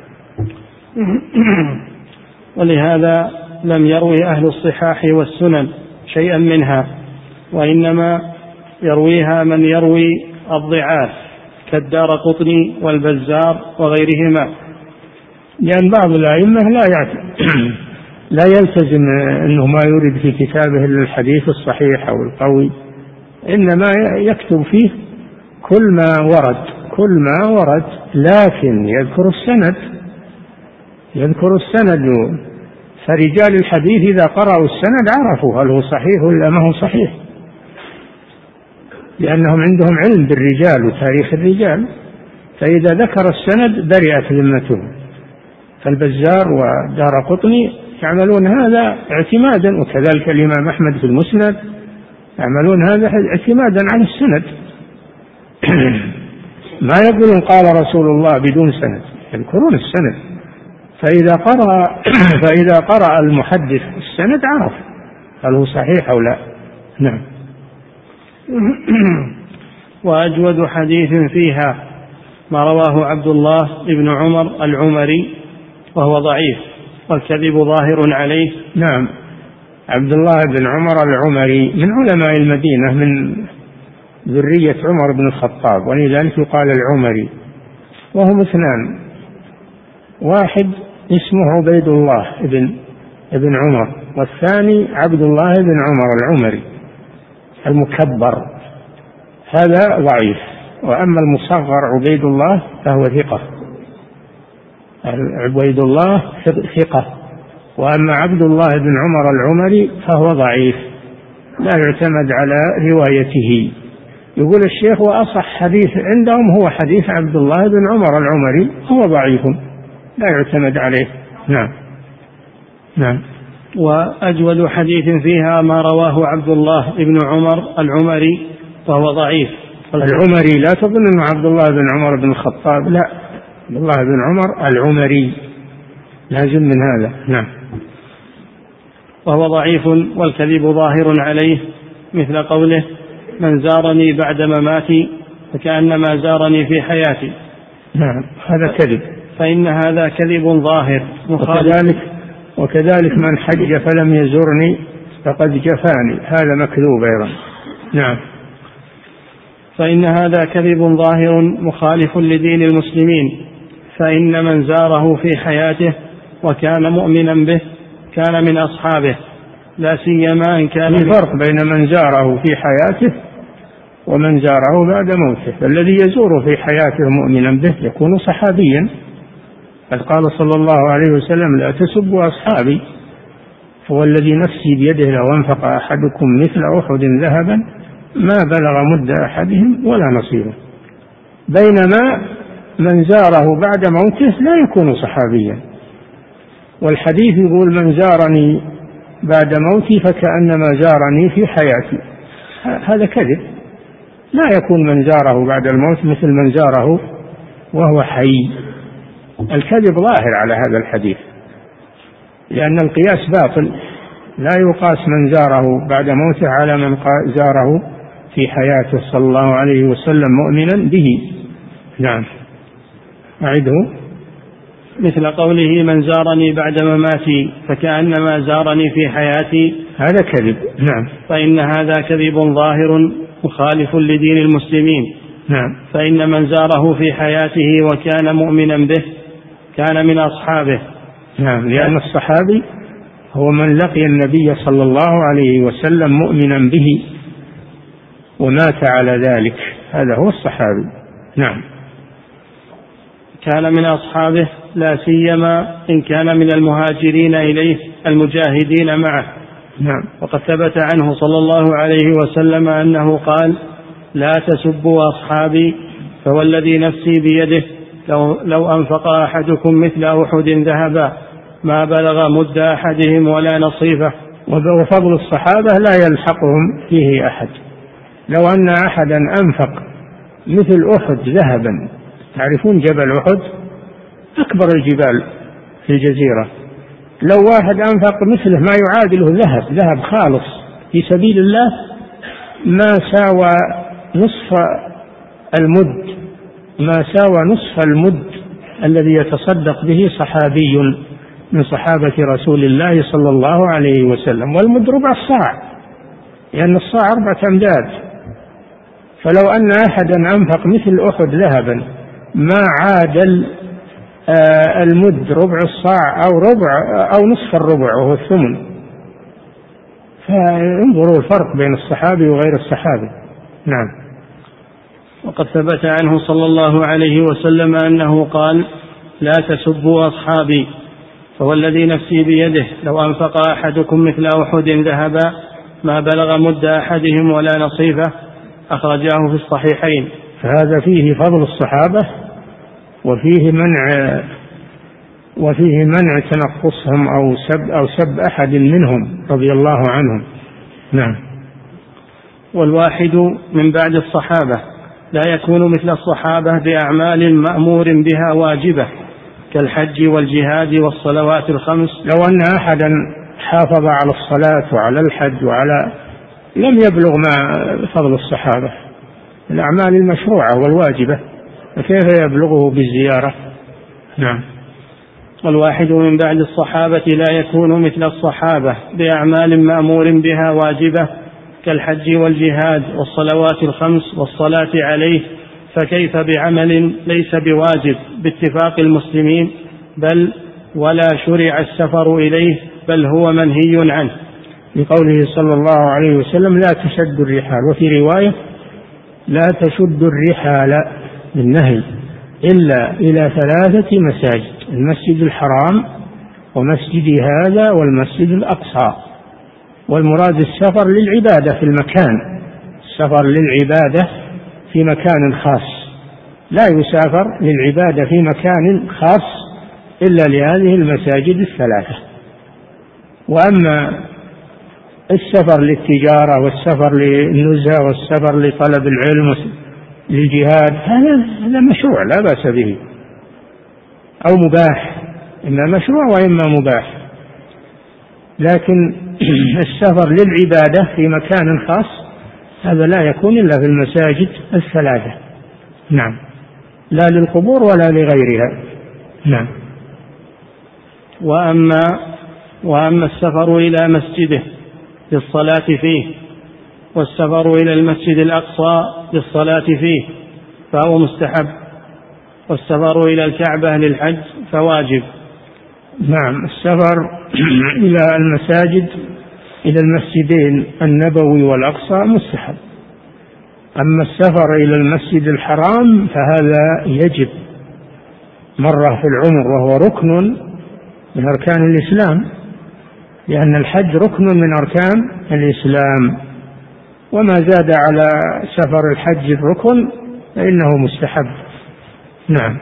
ولهذا لم يروي أهل الصحاح والسنن شيئا منها، وإنما يرويها من يروي الضعاف كالدارقطني والبزار وغيرهما، لأن بعض الأئمة لا يلتزم أنه ما يرد في كتابه إلا الحديث الصحيح أو القوي، إنما يكتب فيه كل ما ورد، لكن يذكر السند. فرجال الحديث إذا قرأوا السند عرفوا هل هو صحيح ولا ما هو صحيح، لأنهم عندهم علم بالرجال وتاريخ الرجال، فإذا ذكر السند برئت ذمتهم. فالبزار ودارقطني يعملون هذا اعتمادا، وكذلك الإمام أحمد في المسند يعملون هذا اعتمادا على السند. ما يقولون قال رسول الله بدون سند، يذكرون السند. فإذا قرأ المحدث السند عرف هل هو صحيح أو لا. نعم. وأجود حديث فيها ما رواه عبد الله بن عمر العمري وهو ضعيف والكذب ظاهر عليه. نعم. عبد الله بن عمر العمري من علماء المدينة، من ذرية عمر بن الخطاب، ولذلك يقال العمري. وهم اثنان، واحد اسمه عبيد الله بن عمر، والثاني عبد الله بن عمر العمري المكبر، هذا ضعيف. وأما المصغر عبيد الله فهو ثقة، عبيد الله ثقة، وأما عبد الله بن عمر العمري فهو ضعيف لا يعتمد على روايته. يقول الشيخ وأصح حديث عندهم هو حديث عبد الله بن عمر العمري، هو ضعيف لا يعتمد عليه. نعم. نعم. وأجود حديث فيها ما رواه عبد الله بن عمر العمري وهو ضعيف. العمري لا تظن أنه عبد الله بن عمر بن الخطاب، لا، عبد الله بن عمر العمري لازم من هذا. نعم. وهو ضعيف والكذب ظاهر عليه، مثل قوله من زارني بعد مماتي فكأنما زارني في حياتي. نعم، هذا كذب، فإن هذا كذب ظاهر. وكذلك من حج فلم يزرني فقد جفاني، هذا مكذوب أيضا. نعم. فإن هذا كذب ظاهر مخالف لدين المسلمين، فإن من زاره في حياته وكان مؤمنا به كان من أصحابه، لا سيما إن كان. الفرق بين من زاره في حياته ومن زاره بعد موته. فالذي يزور في حياته مؤمنا به يكون صحابيا، قد قال صلى الله عليه وسلم لا تسبوا أصحابي، هو الذي نفسي بيده لو أنفق أحدكم مثل أحد ذهبا ما بلغ مد أحدهم ولا نصيبه. بينما من زاره بعد موته لا يكون صحابيا. والحديث يقول من زارني بعد موتي فكأنما زارني في حياتي، هذا كذب. لا يكون من زاره بعد الموت مثل من زاره وهو حي. الكذب ظاهر على هذا الحديث، لأن القياس باطل. لا يقاس من زاره بعد موته على من زاره في حياته صلى الله عليه وسلم مؤمنا به. نعم. أعده. مثل قوله من زارني بعد مماتي فكأنما زارني في حياتي، هذا كذب. نعم. فإن هذا كذب ظاهر مخالف لدين المسلمين. نعم. فإن من زاره في حياته وكان مؤمنا به كان من أصحابه. نعم، لأن الصحابي هو من لقي النبي صلى الله عليه وسلم مؤمنا به ومات على ذلك، هذا هو الصحابي. نعم. كان من أصحابه، لا سيما إن كان من المهاجرين إليه المجاهدين معه. نعم. وقد ثبت عنه صلى الله عليه وسلم أنه قال لا تسبوا أصحابي، فوالذي نفسي بيده لو أنفق أحدكم مثل أحد ذهبا ما بلغ مد أحدهم ولا نصيفه. وفضل الصحابة لا يلحقهم فيه أحد. لو أن أحدا أنفق مثل أحد ذهبا، تعرفون جبل أحد أكبر الجبال في الجزيرة، لو واحد أنفق مثله ما يعادله ذهب خالص في سبيل الله ما ساوى نصف المد ما ساوى نصف المد الذي يتصدق به صحابي من صحابة رسول الله صلى الله عليه وسلم. والمد ربع الصاع، لأن الصاع 4 أمداد. فلو أن أحدا أنفق مثل أحد ذهبا ما عادل المد ربع الصاع أو نصف الربع وهو الثمن. فانظروا الفرق بين الصحابي وغير الصحابي. نعم. وقد ثبت عنه صلى الله عليه وسلم أنه قال: لا تسبوا أصحابي، فوالذي نفسي بيده لو أنفق أحدكم مثل أحد ذهبا ما بلغ مد أحدهم ولا نصيفه. أخرجاه في الصحيحين. فهذا فيه فضل الصحابة وفيه منع تنقصهم أو سب أحد منهم رضي الله عنهم. نعم. والواحد من بعد الصحابة لا يكون مثل الصحابة بأعمال مأمور بها واجبة كالحج والجهاد والصلوات الخمس. لو أن أحدا حافظ على الصلاة وعلى الحج لم يبلغ ما فضل الصحابة الأعمال المشروعة والواجبة، فكيف يبلغه بالزيارة؟ نعم. والواحد من بعد الصحابة لا يكون مثل الصحابة بأعمال مأمور بها واجبة كالحج والجهاد والصلوات الخمس والصلاة عليه، فكيف بعمل ليس بواجب باتفاق المسلمين، بل ولا شرع السفر إليه، بل هو منهي عنه، لقوله صلى الله عليه وسلم: لا تشد الرحال. وفي رواية: لا تشد الرحال بالنهي إلا إلى 3 مساجد: المسجد الحرام ومسجد هذا والمسجد الأقصى. والمراد السفر للعبادة في المكان، السفر للعبادة في مكان خاص، لا يسافر للعبادة في مكان خاص إلا لهذه المساجد 3. وأما السفر للتجارة والسفر للنزهة والسفر لطلب العلم للجهاد هذا مشروع لا بأس به، أو مباح، إما مشروع وإما مباح. لكن السفر للعبادة في مكان خاص هذا لا يكون إلا في المساجد 3. نعم. لا للقبور ولا لغيرها. نعم. وأما السفر إلى مسجده للصلاة فيه والسفر إلى المسجد الأقصى للصلاة فيه فهو مستحب، والسفر إلى الكعبة للحج فواجب. نعم. السفر إلى المساجد، إلى المسجدين النبوي والأقصى مستحب. أما السفر إلى المسجد الحرام فهذا يجب مرة في العمر، وهو ركن من أركان الإسلام، لأن الحج ركن من أركان الإسلام، وما زاد على سفر الحج الركن فإنه مستحب. نعم.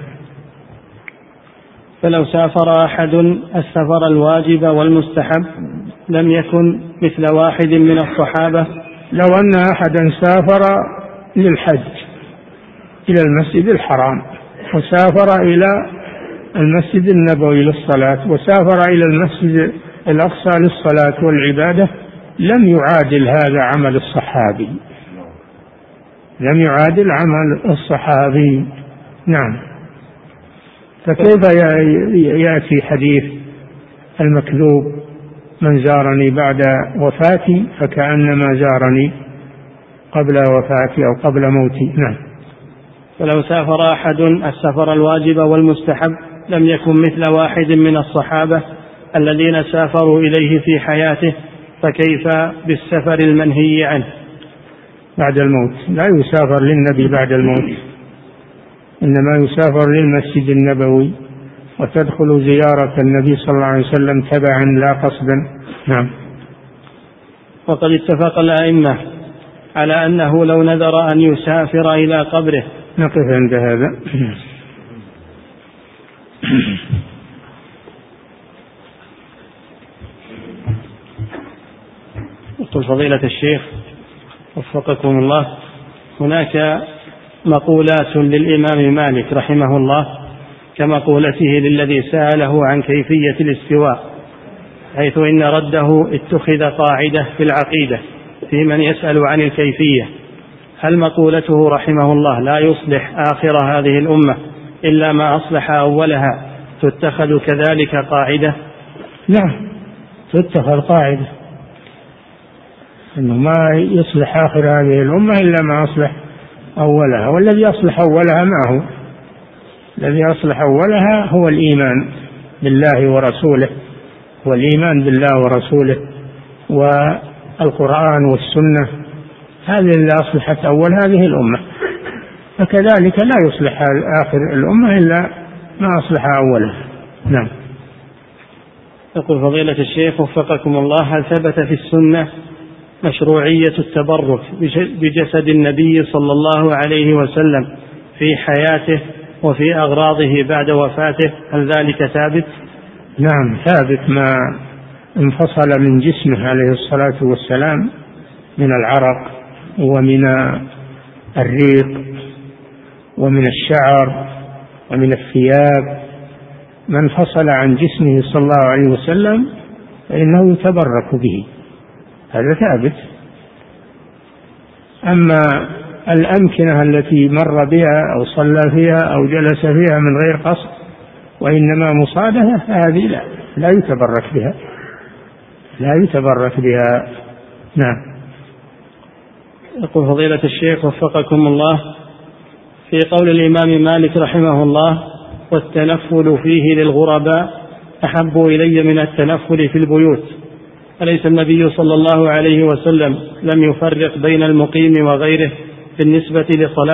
فلو سافر أحد السفر الواجب والمستحب لم يكن مثل واحد من الصحابة. لو أن أحدا سافر للحج إلى المسجد الحرام، وسافر إلى المسجد النبوي للصلاة، وسافر إلى المسجد الأقصى للصلاة والعبادة، لم يعادل هذا عمل الصحابي، لم يعادل عمل الصحابي. نعم. فكيف يأتي حديث المكذوب: من زارني بعد وفاتي فكأنما زارني قبل وفاتي أو قبل موتي. نعم. فلو سافر أحد السفر الواجب والمستحب لم يكن مثل واحد من الصحابة الذين سافروا إليه في حياته، فكيف بالسفر المنهي عنه بعد الموت؟ لا يسافر للنبي بعد الموت، إنما يسافر للمسجد النبوي، وتدخل زيارة النبي صلى الله عليه وسلم تبعا لا قصدا. نعم. وقد اتفق الأئمة على أنه لو نذر أن يسافر إلى قبره. نقف عند هذا. يقول فضيلة الشيخ وفقكم الله: هناك مقولات للإمام مالك رحمه الله كمقولته للذي سأله عن كيفية الاستواء، حيث إن رده اتخذ قاعدة في العقيدة في من يسأل عن الكيفية: هل مقولته رحمه الله لا يصلح آخر هذه الأمة إلا ما أصلح أولها تتخذ كذلك قاعدة؟ نعم، تتخذ قاعدة أنه ما يصلح آخر هذه الأمة إلا ما أصلح أولها، والذي يصلح أولها ما هو؟ الذي يصلح أولها هو الإيمان بالله ورسوله، والإيمان بالله ورسوله والقرآن والسنة، هذه اللي أصلحت أول هذه الأمة. فكذلك لا يصلح آخر الأمة إلا ما أصلح أولها. نعم. يقول فضيلة الشيخ وفقكم الله: هل ثبت في السنة مشروعية التبرك بجسد النبي صلى الله عليه وسلم في حياته وفي أغراضه بعد وفاته؟ هل ذلك ثابت؟ نعم ثابت، ما انفصل من جسمه عليه الصلاة والسلام من العرق ومن الريق ومن الشعر ومن الثياب، من انفصل عن جسمه صلى الله عليه وسلم فإنه يتبرك به، هذا ثابت. أما الأمكنة التي مر بها أو صلى فيها أو جلس فيها من غير قصد وإنما مصادفة، هذه لا يتبرك بها، لا يتبرك بها. نعم. يقول فضيلة الشيخ وفقكم الله: في قول الإمام مالك رحمه الله: والتنفل فيه للغرباء أحب إلي من التنفل في البيوت، أليس النبي صلى الله عليه وسلم لم يفرق بين المقيم وغيره بالنسبة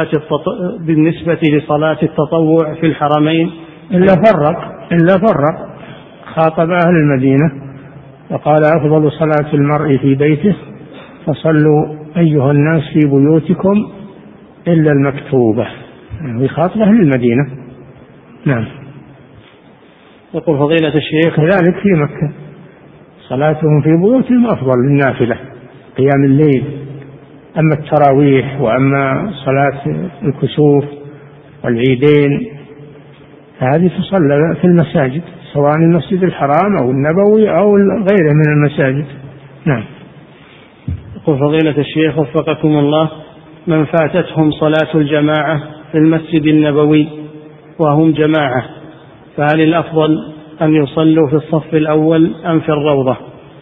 لصلاة التطوع في الحرمين؟ إلا فرق خاطب أهل المدينة وقال: أفضل صلاة المرء في بيته، فصلوا أيها الناس في بيوتكم إلا المكتوبة، يخاطب أهل المدينة. نعم. يقول فضيلة الشيخ: كذلك في مكة صلاتهم في بيوتهم أفضل للنافلة قيام الليل. أما التراويح وأما صلاة الكسوف والعيدين هذه تصلى في المساجد، سواء المسجد الحرام أو النبوي أو غيره من المساجد. نعم. يقول فضيلة الشيخ وفقكم الله: من فاتتهم صلاة الجماعة في المسجد النبوي وهم جماعة، فهل الأفضل أن يصلوا في الصف الأول أم في الروضة؟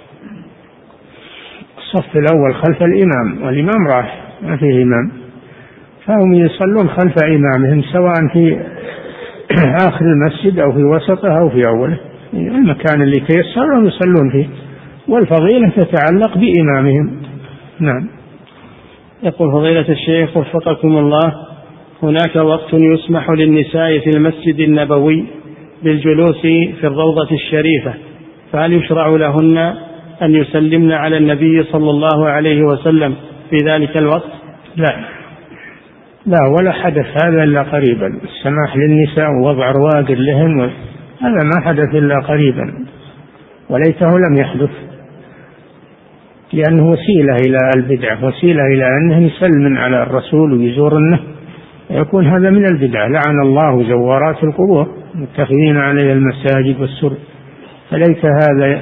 الصف الأول خلف الإمام، والإمام راح ما فيه إمام، فهم يصلون خلف إمامهم سواء في آخر المسجد أو في وسطه أو في أوله، المكان اللي تيسر يصلون فيه، والفضيلة تتعلق بإمامهم. نعم. يقول فضيلة الشيخ وفقكم الله: هناك وقت يسمح للنساء في المسجد النبوي بالجلوس في الروضة الشريفة، فهل يشرع لهن أن يسلمن على النبي صلى الله عليه وسلم في ذلك الوقت؟ لا، ولا حدث هذا إلا قريبا، السماح للنساء ووضع رواق لهن هذا ما حدث إلا قريبا، وليته لم يحدث، لأنه وسيلة إلى البدعة، وسيلة إلى أنه يسلم على الرسول ويزورنه، يكون هذا من البدعة. لعن الله زوارات القبور متخذين عليها المساجد والسرج، فليس هذا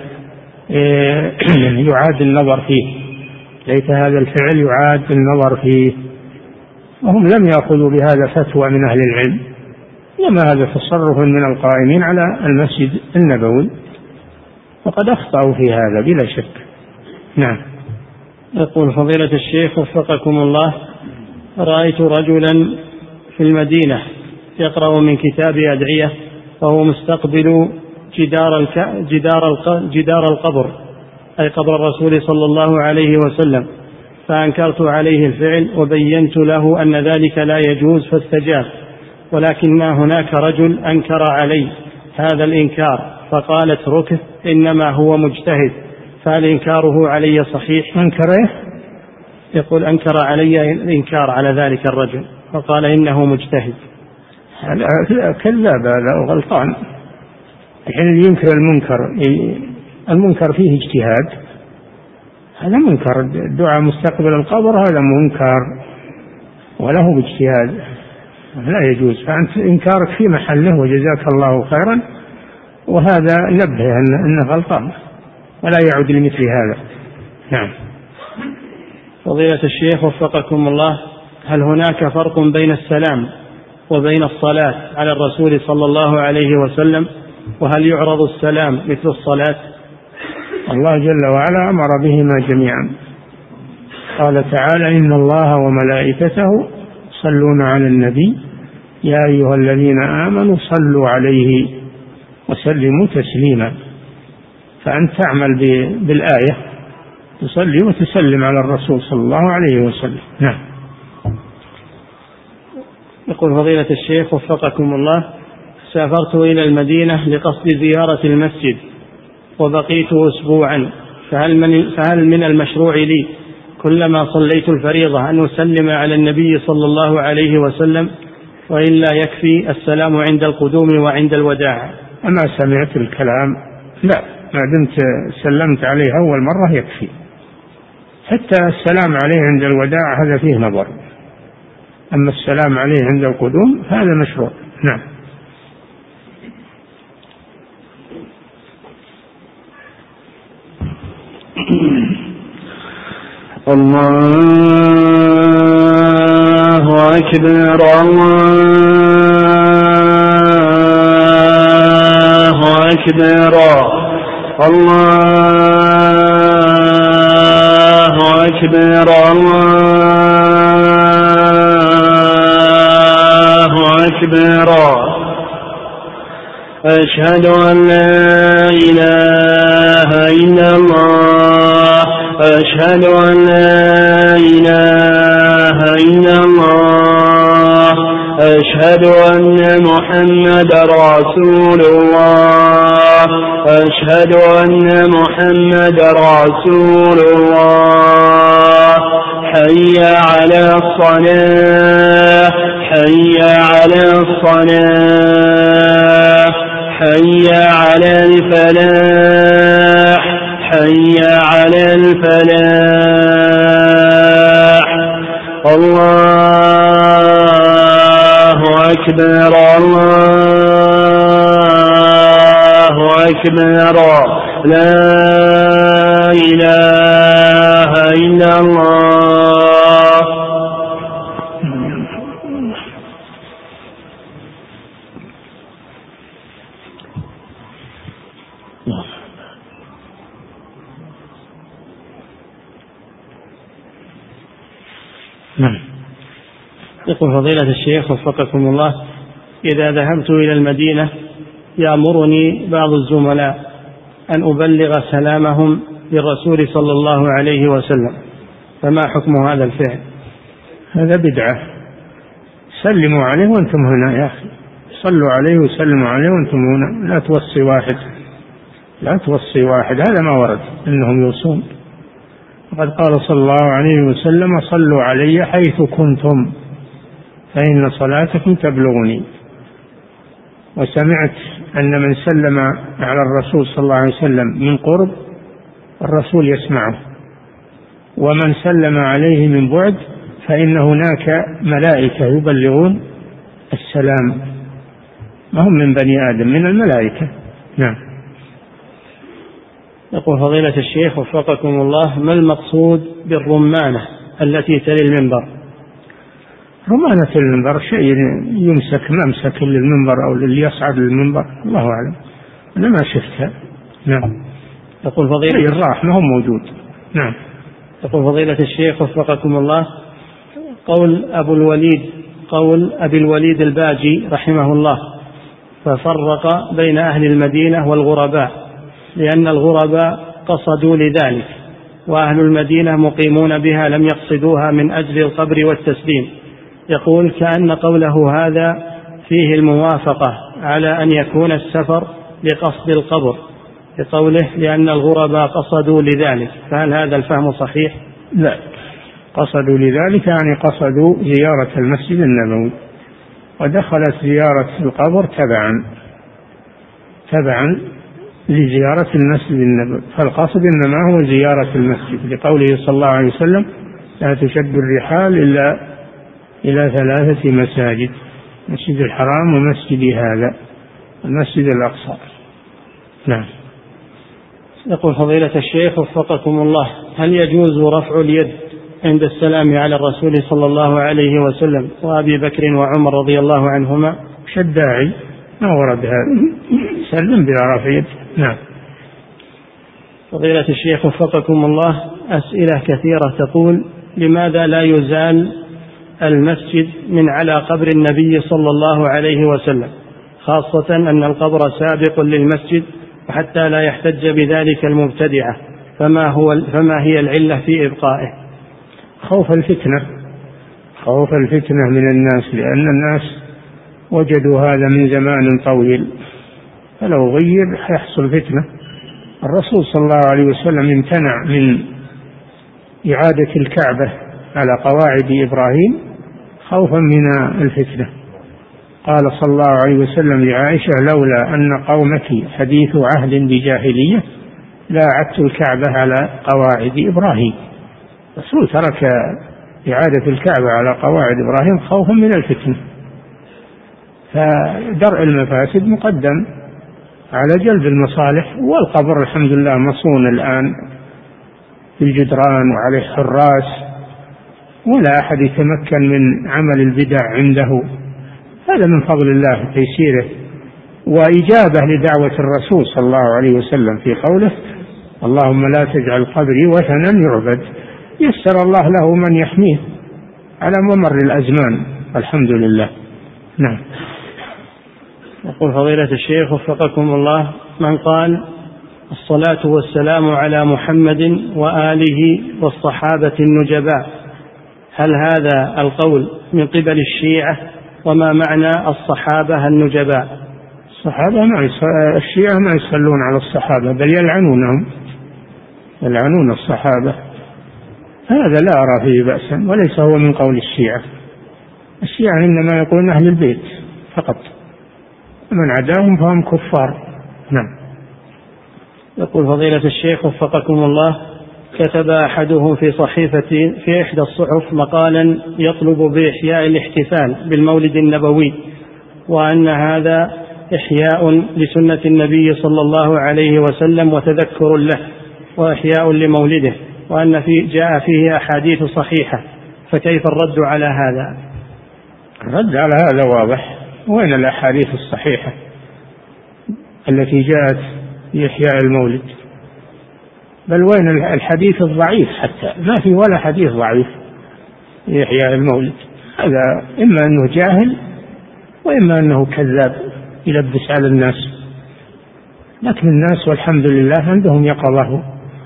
يعاد النظر فيه، ليس هذا الفعل يعاد النظر فيه، وهم لم يأخذوا بهذا فتوى من أهل العلم، إنما هذا تصرف من القائمين على المسجد النبوي، وقد أخطأوا في هذا بلا شك. نعم. يقول فضيلة الشيخ وفقكم الله: رأيت رجلا في المدينة يقرأ من كتاب أدعية وهو مستقبل جدار القبر، أي قبر الرسول صلى الله عليه وسلم، فأنكرت عليه الفعل وبينت له أن ذلك لا يجوز فاستجاب، ولكن هناك رجل أنكر علي هذا الإنكار فقال اتركه إنما هو مجتهد، فهل إنكاره علي صحيح؟ أنكره؟ يقول أنكر علي الإنكار على ذلك الرجل وقال إنه مجتهد. كذاب هذا وغلطان، الحين ينكر المنكر فيه اجتهاد، هذا منكر. الدعاء مستقبل القبر هذا منكر وله باجتهاد، لا يجوز، فأنت إنكارك في محله وجزاك الله خيرا، وهذا نبه أنه غلطان ولا يعود لمثل هذا. نعم. فضيلة الشيخ وفقكم الله: هل هناك فرق بين السلام وبين الصلاة على الرسول صلى الله عليه وسلم؟ وهل يعرض السلام مثل الصلاة؟ الله جل وعلا أمر بهما جميعا، قال تعالى: إن الله وملائكته يصلون على النبي يا أيها الذين آمنوا صلوا عليه وسلموا تسليما. فأنت تعمل بالآية، تصلي وتسلم على الرسول صلى الله عليه وسلم. نعم. يقول فضيلة الشيخ وفقكم الله: سافرت إلى المدينة لقصد زيارة المسجد وبقيت أسبوعا، فهل من المشروع لي كلما صليت الفريضة أن أسلم على النبي صلى الله عليه وسلم، وإلا يكفي السلام عند القدوم وعند الوداع؟ أما سمعت الكلام لا، ما دمت سلمت عليه أول مرة يكفي. حتى السلام عليه عند الوداع هذا فيه نظر، أما السلام عليه عند القدوم هذا مشروع. نعم. الله أكبر الله أكبر الله أكبر الله أكبر. أشهد أن لا إله إلا الله، أشهد أن لا إله إلا الله، أشهد أن محمدا رسول الله، أشهد أن محمدا رسول الله. حي على الصلاة، حي على الصلاة، حي على الفلاح، حي على الفلاح. الله أكبر الله أكبر. لا إله إلا الله. يقول فضيلة الشيخ وفقكم الله: إذا ذهبت إلى المدينة يأمرني بعض الزملاء أن أبلغ سلامهم للرسول صلى الله عليه وسلم، فما حكم هذا الفعل؟ هذا بدعة. سلموا عليه وأنتم هنا يا أخي، صلوا عليه وسلموا عليه وأنتم هنا، لا توصي واحد، لا توصي واحد، هذا ما ورد إنهم يوصون. وقد قال صلى الله عليه وسلم: صلوا علي حيث كنتم فإن صلاتكم تبلغني. وسمعت أن من سلم على الرسول صلى الله عليه وسلم من قرب الرسول يسمعه، ومن سلم عليه من بعد فإن هناك ملائكة يبلغون السلام، ما هم من بني آدم، من الملائكة. نعم. يقول فضيلة الشيخ وفقكم الله: ما المقصود بالرمانة التي تلي المنبر؟ رمانة المنبر شيء يمسك ممسك للمنبر أو اللي يصعد للمنبر، الله أعلم، أنا ما شفتها. نعم. يقول فضيلة الراح ما هو موجود. نعم. يقول فضيلة الشيخ وفقكم الله: قول أبي الوليد الباجي رحمه الله ففرق بين أهل المدينة والغرباء لأن الغرباء قصدوا لذلك، وأهل المدينة مقيمون بها لم يقصدوها من أجل القبر والتسليم. يقول كأن قوله هذا فيه الموافقة على أن يكون السفر لقصد القبر، بقوله لأن الغرباء قصدوا لذلك، فهل هذا الفهم صحيح؟ لا، قصدوا لذلك يعني قصدوا زيارة المسجد النبوي، ودخلت زيارة القبر تبعا لزيارة المسجد النبوي، فالقصد إنما هو زيارة المسجد، لقوله صلى الله عليه وسلم: لا تشد الرحال إلا إلى 3 مساجد: مسجد الحرام ومسجد هذا المسجد الأقصى. نعم. يقول فضيلة الشيخ وفقكم الله: هل يجوز رفع اليد عند السلام على الرسول صلى الله عليه وسلم وأبي بكر وعمر رضي الله عنهما؟ الداعي ما ورد هذا، سلم بلا رفع يد. نعم. فضيلة الشيخ وفقكم الله، أسئلة كثيرة تقول: لماذا لا يزال المسجد من على قبر النبي صلى الله عليه وسلم، خاصة أن القبر سابق للمسجد، وحتى لا يحتج بذلك المبتدعة، فما هي العلة في إبقائه؟ خوف الفتنة من الناس، لأن الناس وجدوا هذا من زمان طويل، فلو غير يحصل فتنة. الرسول صلى الله عليه وسلم امتنع من إعادة الكعبة على قواعد إبراهيم خوفا من الفتنة. قال صلى الله عليه وسلم لعائشة: لولا أن قومك حديث عهد بجاهلية لا أعدت الكعبة على قواعد إبراهيم. الرسول ترك إعادة الكعبة على قواعد إبراهيم خوفا من الفتنة، فدرء المفاسد مقدم على جلب المصالح. والقبر الحمد لله مصون الآن في الجدران وعليه حراس، ولا أحد يتمكن من عمل البدع عنده، هذا من فضل الله وتيسيره وإجابة لدعوة الرسول صلى الله عليه وسلم في قوله: اللهم لا تجعل قبري وثنا يعبد. يسر الله له من يحميه على ممر الأزمان، الحمد لله. نعم. يقول فضيلة الشيخ وفقكم الله: من قال الصلاة والسلام على محمد وآله والصحابة النجباء، هل هذا القول من قبل الشيعة؟ وما معنى الصحابة النجباء؟ الشيعة ما يصلون على الصحابة، بل يلعنون الصحابة. هذا لا أرى فيه بأسا، وليس هو من قول الشيعة. الشيعة إنما يقولون أهل البيت فقط، ومن عداهم فهم كفار. نعم. يقول فضيلة الشيخ وفقكم الله: كتب أحدهم في صحيفة في إحدى الصحف مقالا يطلب بإحياء الاحتفال بالمولد النبوي، وأن هذا إحياء لسنة النبي صلى الله عليه وسلم وتذكر له وإحياء لمولده، وأن جاء فيه أحاديث صحيحة، فكيف الرد على هذا؟ الرد على هذا واضح. وين الأحاديث الصحيحة التي جاءت بإحياء المولد؟ بل وين الحديث الضعيف؟ حتى ما في ولا حديث ضعيف بإحياء المولد. هذا إما أنه جاهل وإما أنه كذاب يلبس على الناس. لكن الناس والحمد لله عندهم يقظة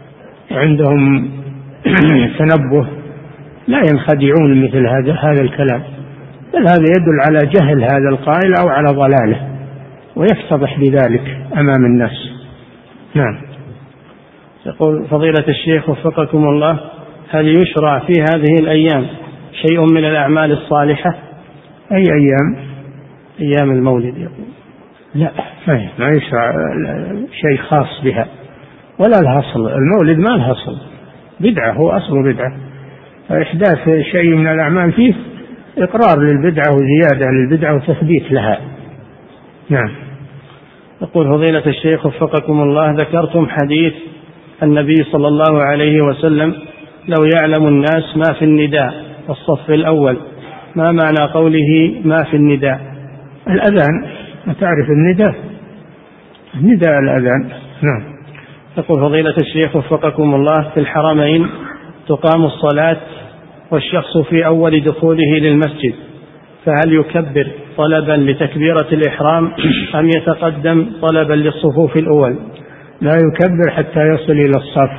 وعندهم تنبه، لا ينخدعون مثل هذا الكلام، بل هذا يدل على جهل هذا القائل أو على ضلاله، ويفتضح بذلك أمام الناس. نعم. يقول فضيلة الشيخ وفقكم الله: هل يشرع في هذه الأيام شيء من الأعمال الصالحة؟ أي أيام؟ أيام المولد. يقول لا، ما يشرع شيء خاص بها، ولا لها أصل. المولد ما لها أصل، بدعة، هو أصل بدعة. فإحداث شيء من الأعمال فيه إقرار للبدعة وزيادة للبدعة وتثبيت لها. نعم. يقول فضيلة الشيخ وفقكم الله: ذكرتم حديث النبي صلى الله عليه وسلم: لو يعلم الناس ما في النداء والصف الأول، ما معنى قوله ما في النداء؟ الأذان. ما تعرف النداء الأذان. نعم. يقول فضيلة الشيخ وفقكم الله: في الحرمين تقام الصلاة والشخص في أول دخوله للمسجد، فهل يكبر طلبا لتكبيرة الإحرام أم يتقدم طلبا للصفوف الأول؟ لا يكبر حتى يصل إلى الصف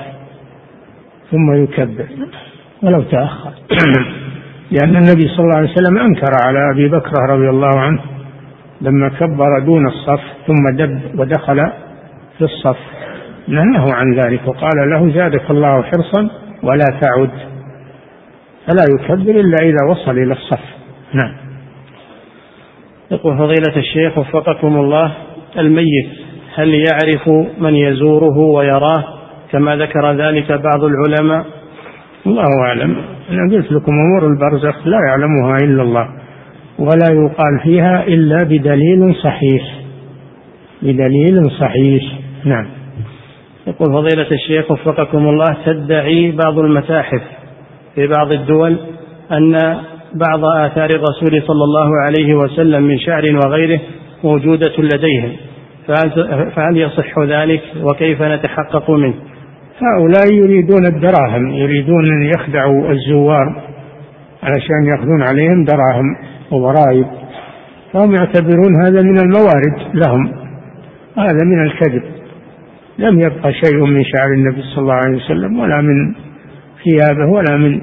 ثم يكبر ولو تأخر لأن النبي صلى الله عليه وسلم أنكر على أبي بكر رضي الله عنه لما كبر دون الصف ثم دب ودخل في الصف، نهاه عن ذلك وقال له: زادك الله حرصا ولا تعد. فلا يكبر إلا إذا وصل إلى الصف. نعم. يقول فضيلة الشيخ وفقكم الله: الميت هل يعرف من يزوره ويراه كما ذكر ذلك بعض العلماء؟ الله أعلم. أنا قلت لكم أمور البرزخ لا يعلمها إلا الله، ولا يقال فيها إلا بدليل صحيح. نعم. يقول فضيلة الشيخ وفقكم الله: تدعي بعض المتاحف في بعض الدول أن بعض آثار الرسول صلى الله عليه وسلم من شعر وغيره موجودة لديهم، فهل يصح ذلك وكيف نتحقق منه؟ هؤلاء يريدون الدراهم، يريدون أن يخدعوا الزوار علشان يأخذون عليهم دراهم وضرائب، فهم يعتبرون هذا من الموارد لهم، هذا من الكذب. لم يبقى شيء من شعر النبي صلى الله عليه وسلم ولا من ثيابه ولا من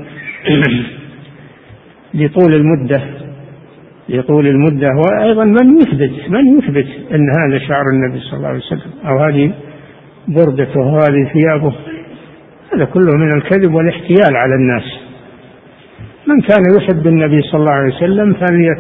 لطول المدة. وأيضا من يثبت أن هذا شعر النبي صلى الله عليه وسلم أو هذه بردته وهذه ثيابه؟ هذا كله من الكذب والاحتيال على الناس. من كان يحب النبي صلى الله عليه وسلم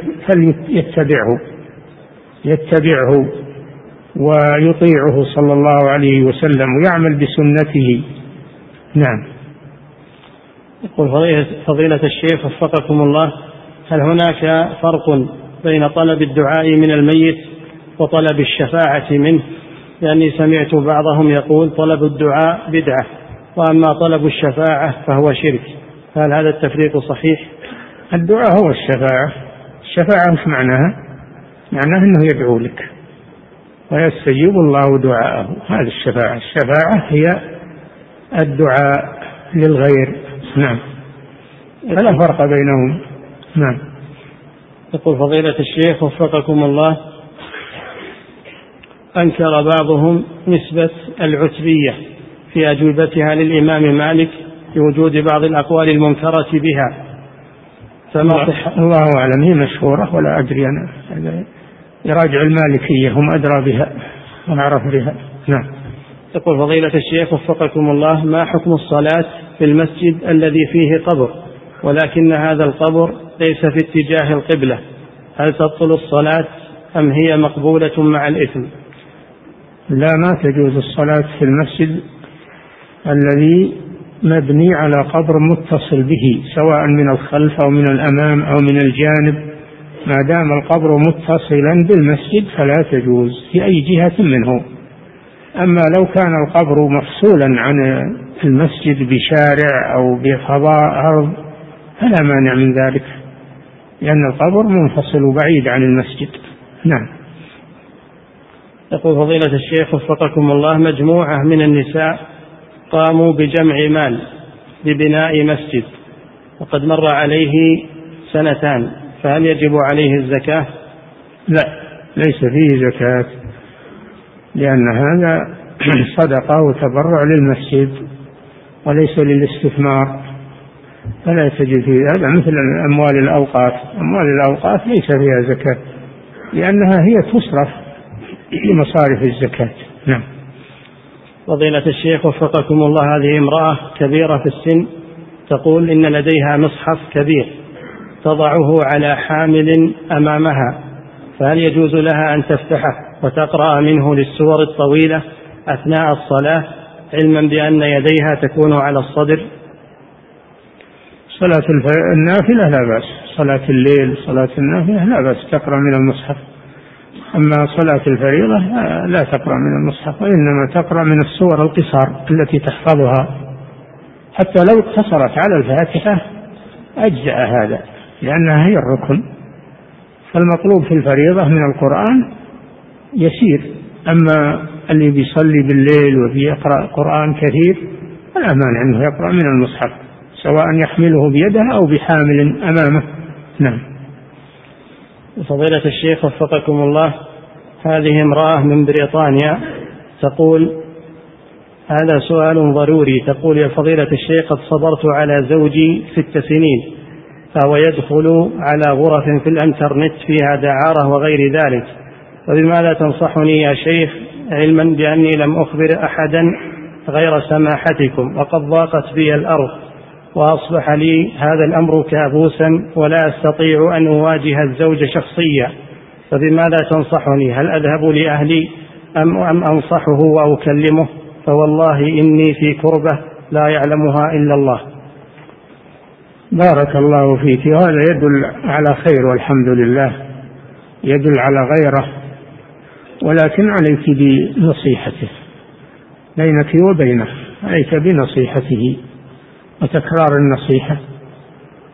فليتبعه ويطيعه صلى الله عليه وسلم ويعمل بسنته. نعم. يقول فضيلة الشيخ وفقكم الله، هل هناك فرق بين طلب الدعاء من الميت وطلب الشفاعة منه؟ لأني سمعت بعضهم يقول طلب الدعاء بدعة، وأما طلب الشفاعة فهو شرك، هل هذا التفريق صحيح؟ الدعاء هو الشفاعة. الشفاعة مش معناها أنه يدعو لك ويستجيب الله دعاءه، هذه الشفاعة. الشفاعة هي الدعاء للغير. نعم، فلا فرق بينهم. نعم. يقول فضيلة الشيخ وفقكم الله، أنكر بعضهم نسبة العتبية في أجوبتها للإمام مالك لوجود بعض الأقوال المنكرة بها، الله أعلم، هي مشهورة ولا أدري أنا، يراجع المالكية، هم أدرى بها ونعرف بها. نعم. يقول فضيلة الشيخ وفقكم الله، ما حكم الصلاة في المسجد الذي فيه قبر ولكن هذا القبر ليس في اتجاه القبلة؟ هل تبطل الصلاة أم هي مقبولة مع الإثم؟ لا، ما تجوز الصلاة في المسجد الذي مبني على قبر متصل به، سواء من الخلف أو من الأمام أو من الجانب، ما دام القبر متصلا بالمسجد فلا تجوز في أي جهة منه. أما لو كان القبر مفصولا عن المسجد بشارع أو بفضاء أرض فلا مانع من ذلك، لأن القبر منفصل وبعيد عن المسجد. نعم. يقول فضيلة الشيخ وفقكم الله، مجموعة من النساء قاموا بجمع مال ببناء مسجد وقد مر عليه 2 سنين، فهل يجب عليه الزكاة؟ لا، ليس فيه زكاة، لأن هذا صدقة وتبرع للمسجد وليس للاستثمار، فلا تجد فيه. هذا مثل أموال الأوقاف ليس فيها زكاة، لأنها هي تصرف لمصارف الزكاة. نعم. فضيلة الشيخ وفقكم الله، هذه امرأة كبيرة في السن تقول إن لديها مصحف كبير تضعه على حامل أمامها، فهل يجوز لها أن تفتحه وتقرأ منه للسور الطويلة أثناء الصلاة، علما بأن يديها تكون على الصدر؟ صلاة النافلة لا بأس، صلاة الليل صلاة النافلة لا بأس تقرأ من المصحف، أما صلاة الفريضة لا تقرأ من المصحف، وإنما تقرأ من السور القصار التي تحفظها، حتى لو اقتصرت على الفاتحة أجزأ هذا، لأنها هي الركن. فالمطلوب في الفريضة من القرآن يسير، أما اللي بيصلي بالليل وبيقرأ قرآن كثير فلا مانع أنه يقرأ من المصحف، سواء يحمله بيده أو بحامل أمامه. نعم. فضيلة الشيخ وفقكم الله، هذه امرأة من بريطانيا تقول، هذا سؤال ضروري، تقول: يا فضيلة الشيخ، قد صبرت على زوجي 6 سنين، فهو يدخل على غرف في الانترنت فيها دعارة وغير ذلك، وبماذا تنصحني يا شيخ، علما بأني لم أخبر أحدا غير سماحتكم، وقد ضاقت بي الأرض وأصبح لي هذا الأمر كابوسا ولا أستطيع أن أواجه الزوج شخصيا، فبماذا تنصحني؟ هل أذهب لأهلي أم أنصحه وأكلمه؟ فوالله إني في كربة لا يعلمها إلا الله. بارك الله فيك، وهذا يدل على خير والحمد لله، يدل على غيره، ولكن عليك بنصيحته، بينك وبينه عليك بنصيحته وتكرار النصيحة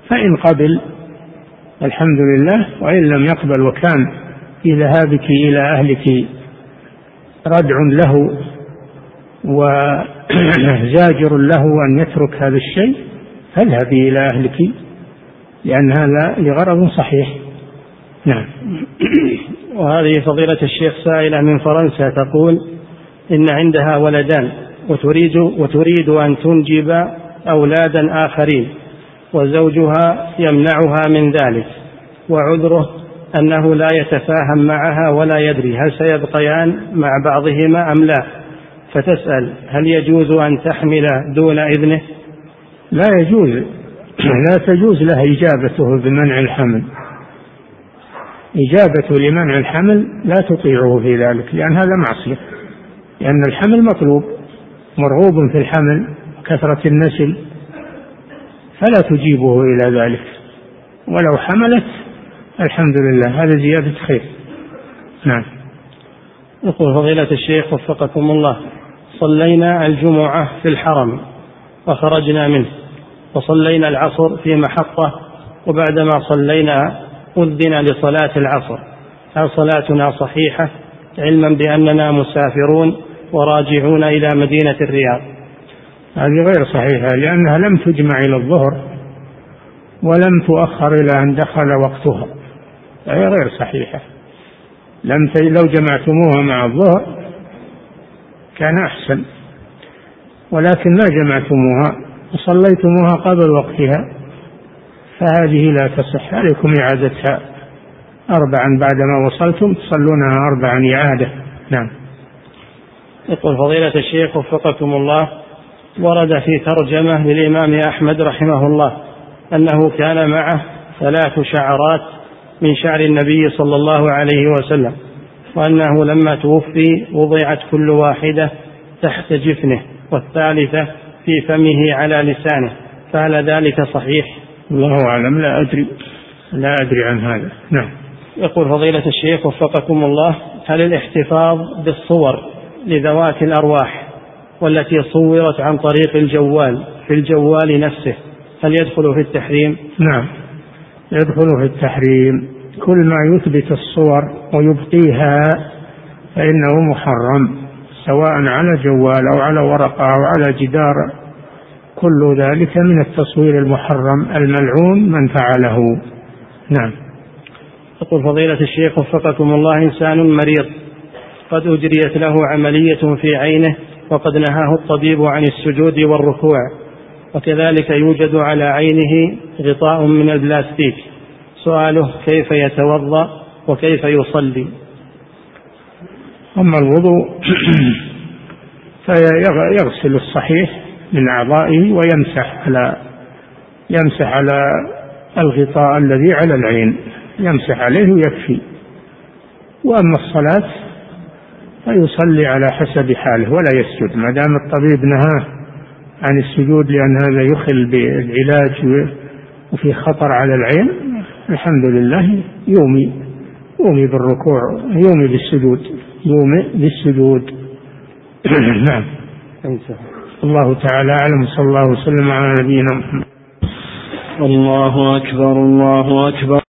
فإن قبل الحمد لله، وإن لم يقبل وكان في ذهابك إلى أهلك ردع له وزاجر له أن يترك هذا الشيء، فاذهبي إلى أهلك، لأن هذا لغرض صحيح. نعم. وهذه فضيلة الشيخ سائلة من فرنسا تقول إن عندها ولدان وتريد أن تنجب أولادا آخرين، وزوجها يمنعها من ذلك، وعذره أنه لا يتفاهم معها ولا يدري هل سيبقيان مع بعضهما أم لا، فتسأل هل يجوز أن تحمل دون إذنه؟ لا يجوز، لا تجوز له إجابته بمنع الحمل. إجابته لمنع الحمل لا تطيعه في ذلك، لأن هذا معصية، لأن الحمل مطلوب، مرغوب في الحمل كثرة النسل، فلا تجيبه إلى ذلك. ولو حملت الحمد لله، هذا زيادة خير. نعم. يقول فضيلة الشيخ وفقكم الله، صلينا الجمعة في الحرم وخرجنا منه، وصلينا العصر في محطة، وبعدما صلينا أذن لصلاة العصر، هل صلاتنا صحيحة علما بأننا مسافرون وراجعون إلى مدينة الرياض؟ هذه غير صحيحة، لأنها لم تجمع إلى الظهر ولم تؤخر إلى أن دخل وقتها، هي غير صحيحة. لو جمعتموها مع الظهر كان أحسن، ولكن ما جمعتموها وصليتموها قبل وقتها، فهذه لا تصح، عليكم إعادتها 4 بعدما وصلتم، تصلونها 4 إعادة. نعم. يقول فضيلة الشيخ وفقكم الله، ورد في ترجمة للإمام أحمد رحمه الله أنه كان معه 3 شعرات من شعر النبي صلى الله عليه وسلم، وأنه لما توفي وضعت كل واحدة تحت جفنه والثالثة في فمه على لسانه، فهل ذلك صحيح؟ الله أعلم، لا أدري عن هذا. نعم. يقول فضيلة الشيخ وفقكم الله، هل الاحتفاظ بالصور لذوات الأرواح والتي صورت عن طريق الجوال في الجوال نفسه هل يدخل في التحريم؟ نعم، يدخل في التحريم. كل ما يثبت الصور ويبقيها فإنه محرم، سواء على جوال أو على ورقة أو على جدار، كل ذلك من التصوير المحرم الملعون من فعله. نعم. يقول فضيلة الشيخ وفقكم الله، إنسان مريض قد أجريت له عملية في عينه وقد نهاه الطبيب عن السجود والركوع، وكذلك يوجد على عينه غطاء من البلاستيك، سؤاله كيف يتوضأ وكيف يصلي؟ أما الوضوء فيغسل الصحيح من أعضائه ويمسح على الغطاء الذي على العين، يمسح عليه ويكفي. وأما الصلاة فيصلي على حسب حاله ولا يسجد، ما دام الطبيب نهاه عن السجود لأن هذا يخل بالعلاج وفي خطر على العين، الحمد لله يومي بالركوع، يومي بالسجود. نعم. الله تعالى أعلم، صلى الله وسلم على نبينا محمد. الله أكبر، الله أكبر.